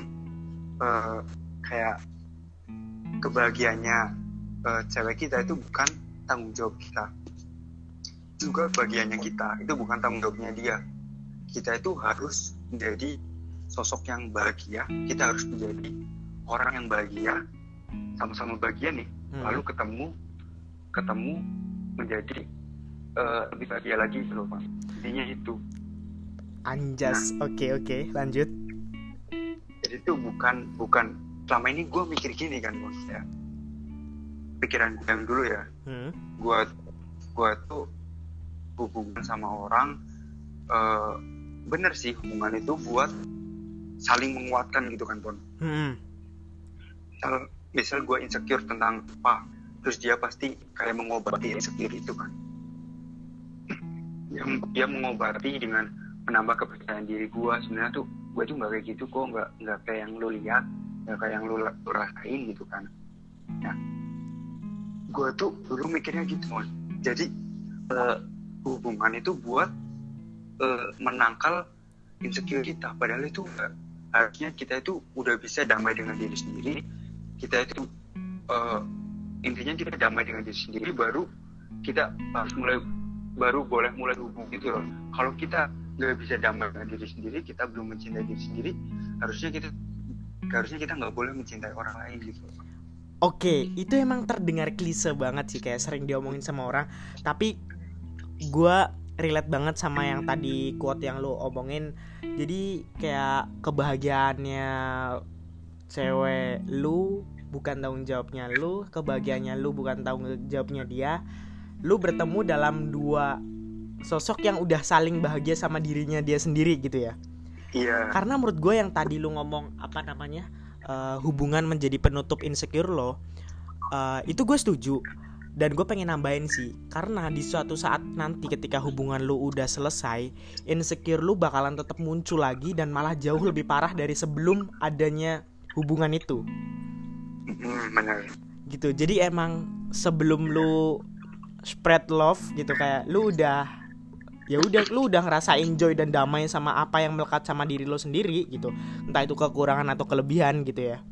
uh, kayak kebahagiaannya uh, cewek kita itu bukan tanggung jawab kita, juga bagiannya kita itu bukan tanggung jawabnya dia. Kita itu harus menjadi sosok yang bahagia, kita harus menjadi orang yang bahagia, sama-sama bahagia nih, hmm. lalu ketemu ketemu menjadi uh, lebih bahagia lagi gitu loh Pak. Intinya itu. Anjas. Oke nah, oke okay, okay. Lanjut. jadi tuh bukan bukan selama ini gue mikir gini kan Bon, ya pikiran gue yang dulu ya, hmm. gue gue tuh hubungan sama orang, uh, bener sih hubungan itu buat saling menguatkan gitu kan Bon. Hmm. Misal, misal gue insecure tentang apa, terus dia pasti kayak mengobati insecure itu kan. Dia, dia mengobati dengan menambah kepercayaan diri gue. Sebenarnya tuh gue tuh nggak kayak gitu kok, nggak nggak kayak yang lu lihat, nggak kayak yang lu, lu rasain gitu kan. Nah, gue tuh dulu mikirnya gitu Mon. Jadi uh, hubungan itu buat uh, menangkal insecure kita, padahal itu enggak. Harusnya kita itu udah bisa damai dengan diri sendiri. Kita itu uh, intinya kita damai dengan diri sendiri, baru kita harus mulai baru boleh mulai hubungan gitu loh. Kalau kita nggak bisa damai dengan diri sendiri, kita belum mencintai diri sendiri, harusnya kita harusnya kita nggak boleh mencintai orang lain gitu. Oke, itu emang terdengar klise banget sih, kayak sering diomongin sama orang. Tapi gue relate banget sama yang tadi quote yang lu omongin. Jadi kayak kebahagiaannya cewek lu bukan tanggung jawabnya lu, kebahagiaannya lu bukan tanggung jawabnya dia. Lu bertemu dalam dua sosok yang udah saling bahagia sama dirinya dia sendiri gitu ya. Iya. Karena menurut gue yang tadi lu ngomong apa namanya, Uh, hubungan menjadi penutup insecure lo, uh, itu gue setuju. Dan gue pengen nambahin sih, karena di suatu saat nanti ketika hubungan lo udah selesai, insecure lo bakalan tetap muncul lagi dan malah jauh lebih parah dari sebelum adanya hubungan itu. Hmm, benar. Gitu. Jadi emang sebelum lo spread love gitu, kayak lo udah ya udah lu udah ngerasa enjoy dan damai sama apa yang melekat sama diri lo sendiri gitu, entah itu kekurangan atau kelebihan gitu ya.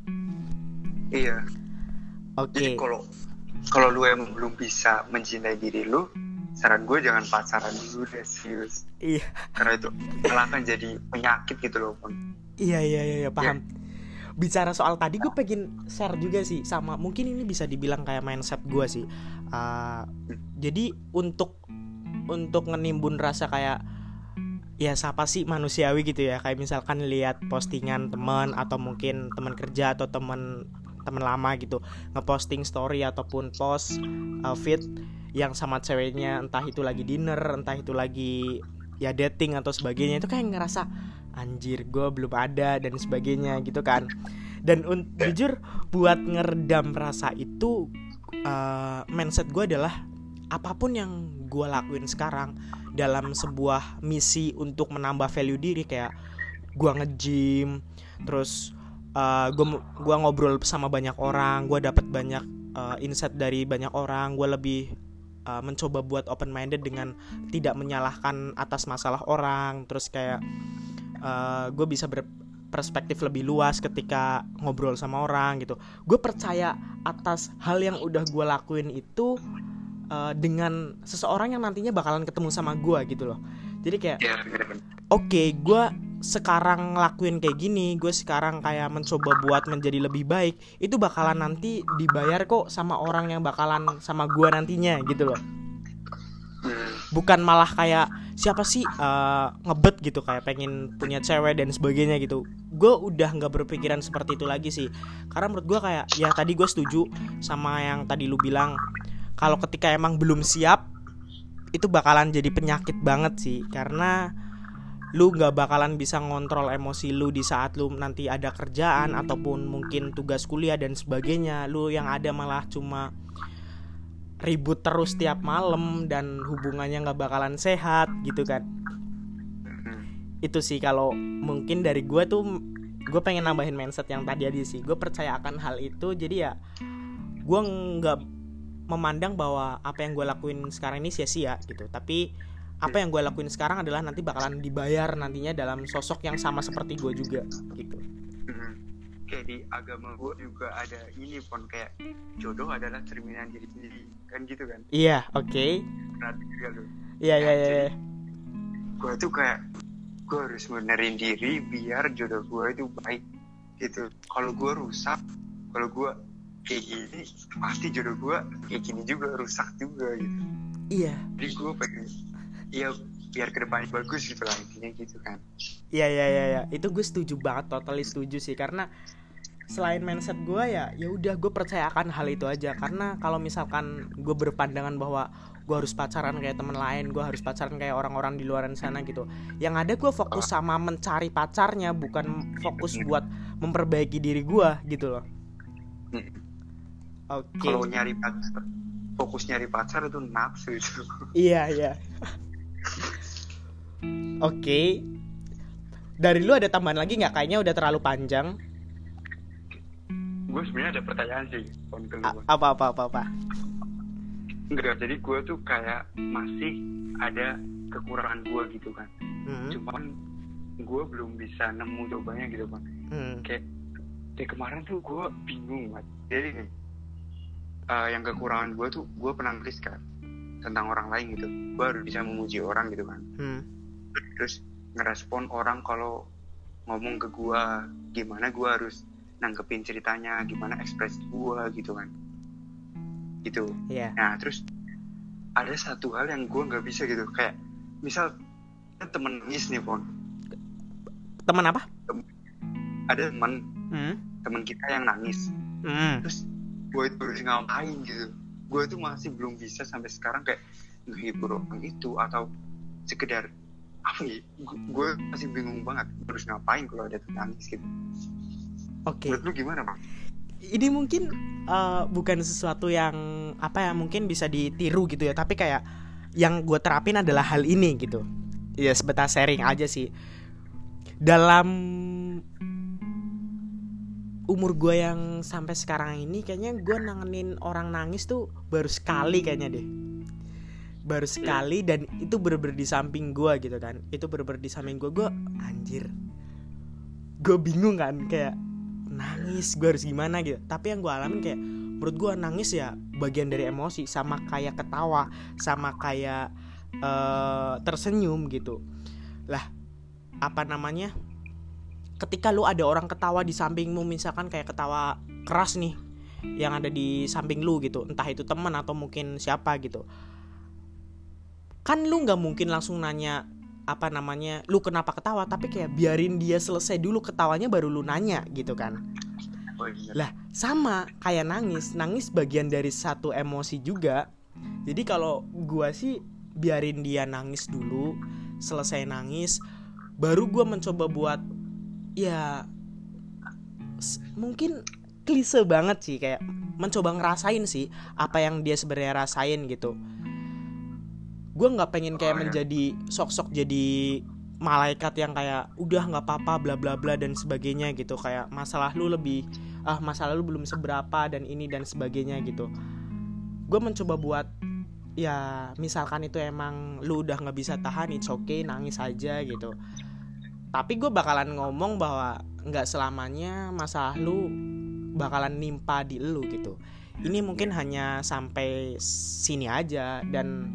Iya. Oke. Jadi kalau kalau lu emang belum bisa mencintai diri lu, saran gue jangan pacaran dulu deh, serius. Iya. Karena itu malah akan jadi penyakit gitu loh Pon. Iya iya iya, iya paham. Ya. Bicara soal tadi gue pengen share juga sih sama, mungkin ini bisa dibilang kayak mindset gue sih. Uh, jadi untuk untuk ngenimbun rasa kayak ya siapa sih manusiawi gitu ya, kayak misalkan lihat postingan teman atau mungkin teman kerja atau teman teman lama gitu ngeposting story ataupun post uh, feed yang sama ceweknya, entah itu lagi dinner, entah itu lagi ya dating atau sebagainya, itu kayak ngerasa anjir gue belum ada dan sebagainya gitu kan. Dan un- jujur buat ngeredam rasa itu, uh, mindset gue adalah apapun yang gue lakuin sekarang dalam sebuah misi untuk menambah value diri, kayak gue nge-gym, terus uh, gue gue ngobrol sama banyak orang, gue dapat banyak uh, insight dari banyak orang, gue lebih uh, mencoba buat open minded dengan tidak menyalahkan atas masalah orang, terus kayak uh, gue bisa berperspektif lebih luas ketika ngobrol sama orang gitu. Gue percaya atas hal yang udah gue lakuin itu Uh, dengan seseorang yang nantinya bakalan ketemu sama gue gitu loh. Jadi kayak oke, okay, gue sekarang ngelakuin kayak gini, gue sekarang kayak mencoba buat menjadi lebih baik, itu bakalan nanti dibayar kok sama orang yang bakalan sama gue nantinya gitu loh. Bukan malah kayak siapa sih uh, ngebet gitu, kayak pengen punya cewek dan sebagainya gitu. Gue udah gak berpikiran seperti itu lagi sih. Karena menurut gue kayak ya tadi gue setuju sama yang tadi lu bilang, kalau ketika emang belum siap, itu bakalan jadi penyakit banget sih. Karena lu gak bakalan bisa ngontrol emosi lu di saat lu nanti ada kerjaan ataupun mungkin tugas kuliah dan sebagainya. Lu yang ada malah cuma ribut terus tiap malam dan hubungannya gak bakalan sehat gitu kan. Itu sih kalau mungkin dari gue tuh, gue pengen nambahin mindset yang tadi aja sih. Gue percaya akan hal itu. Jadi ya gue gak memandang bahwa apa yang gue lakuin sekarang ini sia-sia gitu, tapi apa yang gue lakuin sekarang adalah nanti bakalan dibayar nantinya dalam sosok yang sama seperti gue juga gitu. Hmm. Kayak di agama gue juga ada ini Pon, kayak jodoh adalah cerminan diri sendiri kan gitu kan. Iya, oke. Okay. Iya iya iya. Gue tuh kayak gue harus benerin diri biar jodoh gue itu baik gitu. Kalau gue rusak, kalau gue kayak gini, pasti jodoh gue kayak gini juga, rusak juga gitu. Iya. Jadi gue pengen, ya biar kedepannya bagus gitu lah, intinya gitu kan. Iya iya iya ya. Itu gue setuju banget, totally setuju sih, karena selain mindset gue ya ya udah gue percaya akan hal itu aja. Karena kalau misalkan gue berpandangan bahwa gue harus pacaran kayak teman lain, gue harus pacaran kayak orang-orang di luar sana gitu, yang ada gue fokus sama mencari pacarnya, bukan fokus buat memperbaiki diri gue gitu loh. Oke. Okay. Kalau nyari pacar, fokus nyari pacar itu nafsu itu. Iya iya. Oke. Okay. Dari lu ada tambahan lagi nggak? Kayaknya udah terlalu panjang. Gue sebenarnya ada pertanyaan sih. A- apa apa apa apa. Enggak, jadi gue tuh kayak masih ada kekurangan gue gitu kan. Hmm. Cuman gue belum bisa nemu jawabannya gitu kan. Hmm. Kayak kayak kemarin tuh gue bingung banget. Jadi nih, uh, yang kekurangan gue tuh gue pernah nulis kan tentang orang lain gitu. Gue harus bisa memuji orang gitu kan. Hmm. Terus ngerespon orang kalau ngomong ke gue, gimana gue harus nanggepin ceritanya, gimana ekspresi gue gitu kan. Gitu. Yeah. Nah terus ada satu hal yang gue nggak bisa gitu, kayak misal temen nangis nih Pon. Teman apa? Tem- ada teman hmm? teman kita yang nangis. Hmm. Terus gue itu harus ngapain gitu? Gue tuh masih belum bisa sampai sekarang kayak menghibur orang itu atau sekedar apa ya? Gue masih bingung banget harus ngapain kalau ada teman nangis gitu. Oke. Okay. Menurut lu gimana Bang? Ini mungkin uh, bukan sesuatu yang apa ya mungkin bisa ditiru gitu ya, tapi kayak yang gue terapin adalah hal ini gitu ya, sebatas sharing aja sih. Dalam umur gue yang sampai sekarang ini kayaknya gue nanganin orang nangis tuh baru sekali kayaknya deh, baru sekali, dan itu bener-bener di samping gue gitu kan, itu bener-bener di samping gue. Gue anjir, gue bingung kan kayak nangis gue harus gimana gitu. Tapi yang gue alamin kayak menurut gue nangis ya bagian dari emosi, sama kayak ketawa, sama kayak uh, tersenyum gitu lah. Apa namanya, ketika lu ada orang ketawa di sampingmu, misalkan kayak ketawa keras nih yang ada di samping lu gitu, entah itu teman atau mungkin siapa gitu, kan lu gak mungkin langsung nanya apa namanya, lu kenapa ketawa, tapi kayak biarin dia selesai dulu ketawanya baru lu nanya gitu kan. Lah sama kayak nangis, nangis bagian dari satu emosi juga. Jadi kalau gua sih biarin dia nangis dulu, selesai nangis, baru gua mencoba buat ya mungkin klise banget sih, kayak mencoba ngerasain sih apa yang dia sebenarnya rasain gitu. Gue nggak pengen kayak menjadi sok-sok jadi malaikat yang kayak udah nggak apa-apa bla bla bla dan sebagainya gitu, kayak masalah lu lebih ah masalah lu belum seberapa dan ini dan sebagainya gitu. Gue mencoba buat ya misalkan itu emang lu udah nggak bisa tahan, it's okay, nangis aja gitu. Tapi gue bakalan ngomong bahwa nggak selamanya masalah lu bakalan nimpa di lu gitu. Ini mungkin hanya sampai sini aja, dan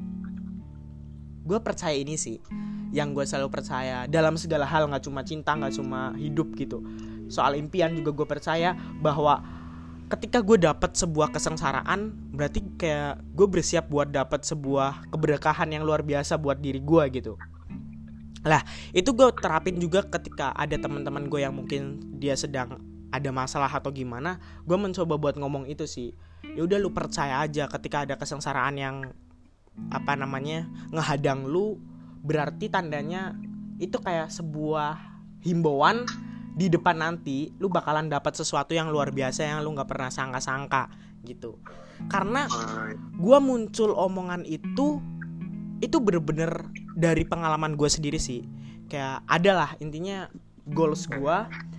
gue percaya ini sih yang gue selalu percaya dalam segala hal, gak cuma cinta, gak cuma hidup gitu. Soal impian juga gue percaya bahwa ketika gue dapat sebuah kesengsaraan, berarti kayak gue bersiap buat dapat sebuah keberkahan yang luar biasa buat diri gue gitu. Lah itu gue terapin juga ketika ada teman-teman gue yang mungkin dia sedang ada masalah atau gimana, gue mencoba buat ngomong itu sih. Ya udah lu percaya aja, ketika ada kesengsaraan yang apa namanya ngehadang lu, berarti tandanya itu kayak sebuah himbauan di depan nanti lu bakalan dapat sesuatu yang luar biasa yang lu nggak pernah sangka-sangka gitu. Karena gue muncul omongan itu itu bener-bener dari pengalaman gue sendiri sih. Kayak adalah intinya goals gue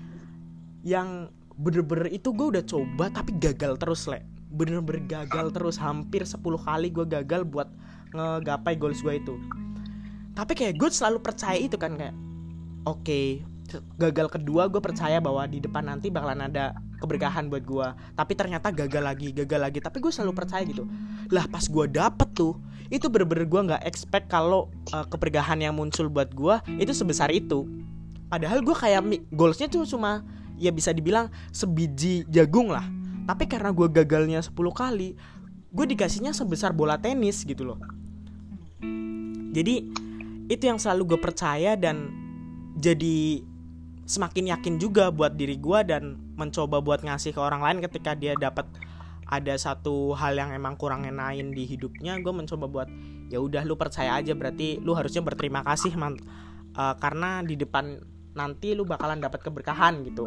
yang bener-bener itu gue udah coba tapi gagal terus le. Bener-bener gagal terus, hampir sepuluh kali gue gagal buat ngegapai goals gue itu. Tapi kayak gue selalu percaya itu kan, kayak oke, okay, gagal kedua gue percaya bahwa di depan nanti bakalan ada keberkahan buat gue. Tapi ternyata gagal lagi, gagal lagi, tapi gue selalu percaya gitu. Lah pas gue dapet tuh, itu bener-bener gue gak expect kalau uh, keberkahan yang muncul buat gue itu sebesar itu. Padahal gue kayak goalsnya tuh cuma ya bisa dibilang sebiji jagung lah. Tapi karena gue gagalnya sepuluh kali, gue dikasihnya sebesar bola tenis gitu loh. Jadi itu yang selalu gue percaya dan jadi semakin yakin juga buat diri gue dan mencoba buat ngasih ke orang lain ketika dia dapat ada satu hal yang emang kurang enain di hidupnya. Gue mencoba buat ya udah lu percaya aja, berarti lu harusnya berterima kasih man, uh, karena di depan nanti lu bakalan dapat keberkahan gitu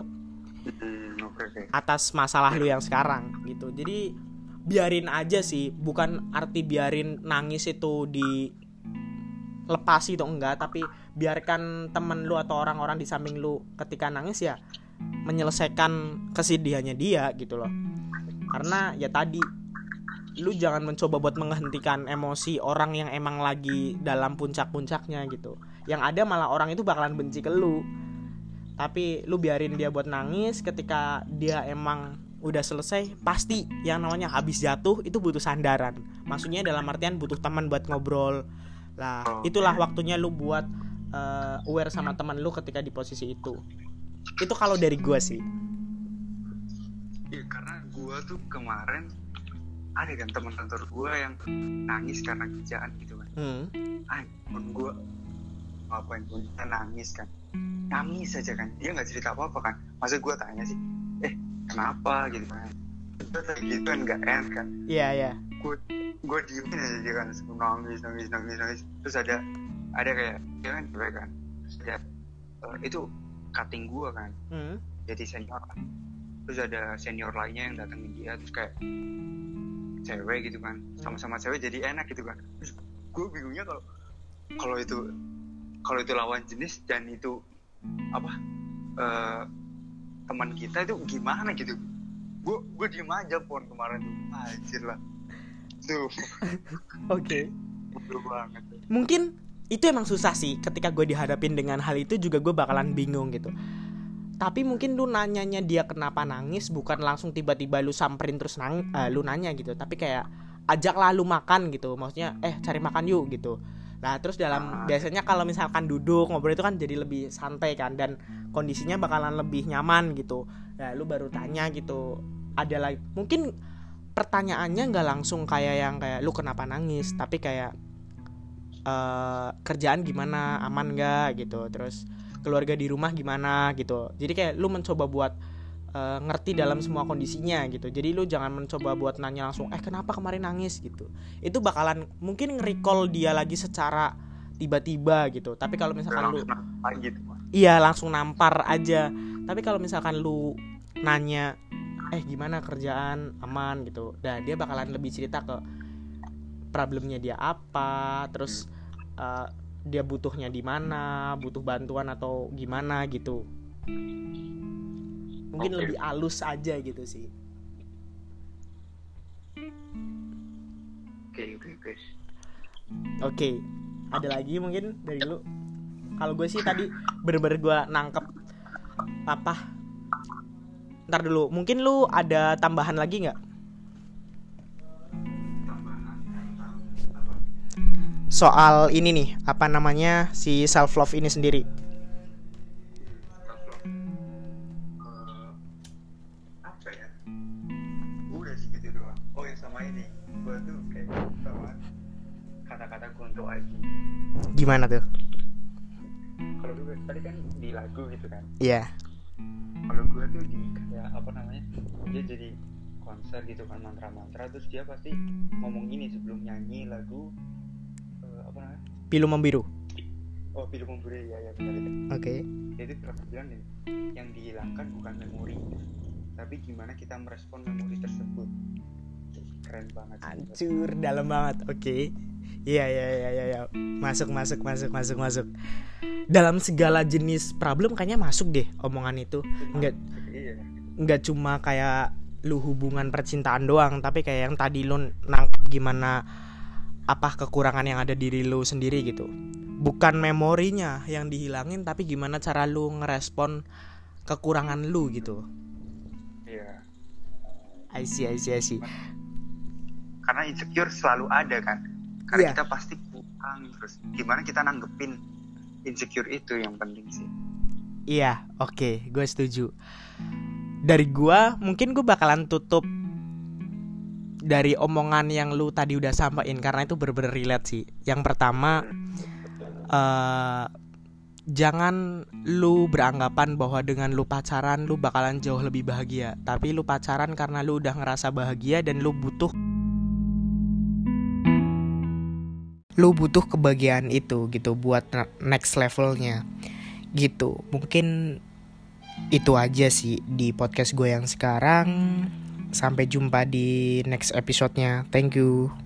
atas masalah lu yang sekarang gitu. Jadi biarin aja sih, bukan arti biarin nangis itu di lepas itu enggak, tapi biarkan temen lu atau orang-orang di samping lu ketika nangis ya menyelesaikan kesedihannya dia gitu loh. Karena ya tadi, lu jangan mencoba buat menghentikan emosi orang yang emang lagi dalam puncak-puncaknya gitu. Yang ada malah orang itu bakalan benci ke lu. Tapi lu biarin dia buat nangis, ketika dia emang udah selesai, pasti yang namanya habis jatuh itu butuh sandaran. Maksudnya dalam artian butuh teman buat ngobrol. Lah, itulah waktunya lu buat uh, aware sama teman lu ketika di posisi itu. Itu kalau dari gua sih. Iya, karena gua tuh kemarin ada kan teman kantor gua yang nangis karena kerjaan gitu kan. Hmm. Ah, pun gua ngapain pun dia nangis kan. Nangis aja kan. Dia nggak cerita apa-apa kan. Masa gua tanya sih, "Eh, kenapa?" gitu kan. Itu gitu kan enggak enak kan. Iya, yeah, iya. Yeah. Gua gue diemin aja dia kan, nangis nangis nangis nangis terus ada ada kayak dia kan cewek kan, terus ada uh, itu cutting gue kan, hmm. jadi senior kan, terus ada senior lainnya yang datengin dia, terus kayak cewek gitu kan, sama-sama cewek jadi enak gitu kan. Terus gue bingungnya kalau kalau itu kalau itu lawan jenis dan itu apa uh, teman kita itu gimana gitu. Gue gue diem aja pon kemarin tuh, anjir lah. Oke. Okay. Mungkin itu emang susah sih. Ketika gue dihadapin dengan hal itu juga gue bakalan bingung gitu. Tapi mungkin lu nanyanya dia kenapa nangis, bukan langsung tiba-tiba lu samperin terus nang, uh, lu nanya gitu. Tapi kayak ajaklah lu makan gitu. Maksudnya eh cari makan yuk gitu. Nah terus dalam biasanya kalau misalkan duduk ngobrol itu kan jadi lebih santai kan, dan kondisinya bakalan lebih nyaman gitu. Nah lu baru tanya gitu. Ada lagi mungkin pertanyaannya nggak langsung kayak yang kayak lu kenapa nangis, tapi kayak uh, kerjaan gimana, aman nggak gitu, terus keluarga di rumah gimana gitu. Jadi kayak lu mencoba buat uh, ngerti dalam semua kondisinya gitu. Jadi lu jangan mencoba buat nanya langsung eh kenapa kemarin nangis gitu. Itu bakalan mungkin nge-recall dia lagi secara tiba-tiba gitu. Tapi kalau misalkan lu gitu, iya langsung nampar aja. Tapi kalau misalkan lu nanya eh gimana kerjaan, aman gitu, dan dia bakalan lebih cerita ke problemnya dia apa, terus uh, dia butuhnya di mana, butuh bantuan atau gimana gitu. Mungkin okay. Lebih halus aja gitu sih. Oke oke oke. Oke, ada lagi mungkin dari lu? Kalau gue sih tadi bener-bener gue nangkep apa. Ntar dulu, mungkin lu ada tambahan lagi nggak? Soal ini nih, apa namanya, si self love ini sendiri. Uh, apa ya? Udah sih gitu doang. Oh ya sama ini, gue tuh kayak sama kata-kata untuk lagi. Gimana tuh? Kalau gue tadi kan di lagu gitu kan? Iya. Yeah. Kalau gue tuh di kayak apa namanya, dia jadi konser gitu kan, mantra-mantra, terus dia pasti ngomong gini sebelum nyanyi lagu uh, apa namanya, Pilu Membiru. Oh Pilu Membiru ya ya benar itu. Oke. Okay. Jadi pernah bilang nih, yang dihilangkan bukan memori, tapi gimana kita merespon memori tersebut. Keren banget. Hancur dalam banget. Oke. Okay. Iya iya iya iya ya. Masuk masuk masuk masuk masuk. Dalam segala jenis problem kayaknya masuk deh omongan itu. Enggak enggak cuma kayak lu hubungan percintaan doang, tapi kayak yang tadi lu nangkep gimana apa kekurangan yang ada diri lu sendiri gitu. Bukan memorinya yang dihilangin, tapi gimana cara lu ngerespon kekurangan lu gitu. Iya. I see I see I see. Karena insecure selalu ada kan. Karena yeah. Kita pasti kurang, terus gimana kita nanggepin insecure itu yang penting sih. Iya, oke, okay, gue setuju. Dari gue, mungkin gue bakalan tutup dari omongan yang lu tadi udah sampaikan, karena itu bener-bener relate sih. Yang pertama, uh, jangan lu beranggapan bahwa dengan lu pacaran lu bakalan jauh lebih bahagia. Tapi lu pacaran karena lu udah ngerasa bahagia dan lu butuh lu butuh kebahagiaan itu gitu buat next levelnya gitu. Mungkin itu aja sih di podcast gue yang sekarang. Sampai jumpa di next episode-nya. Thank you.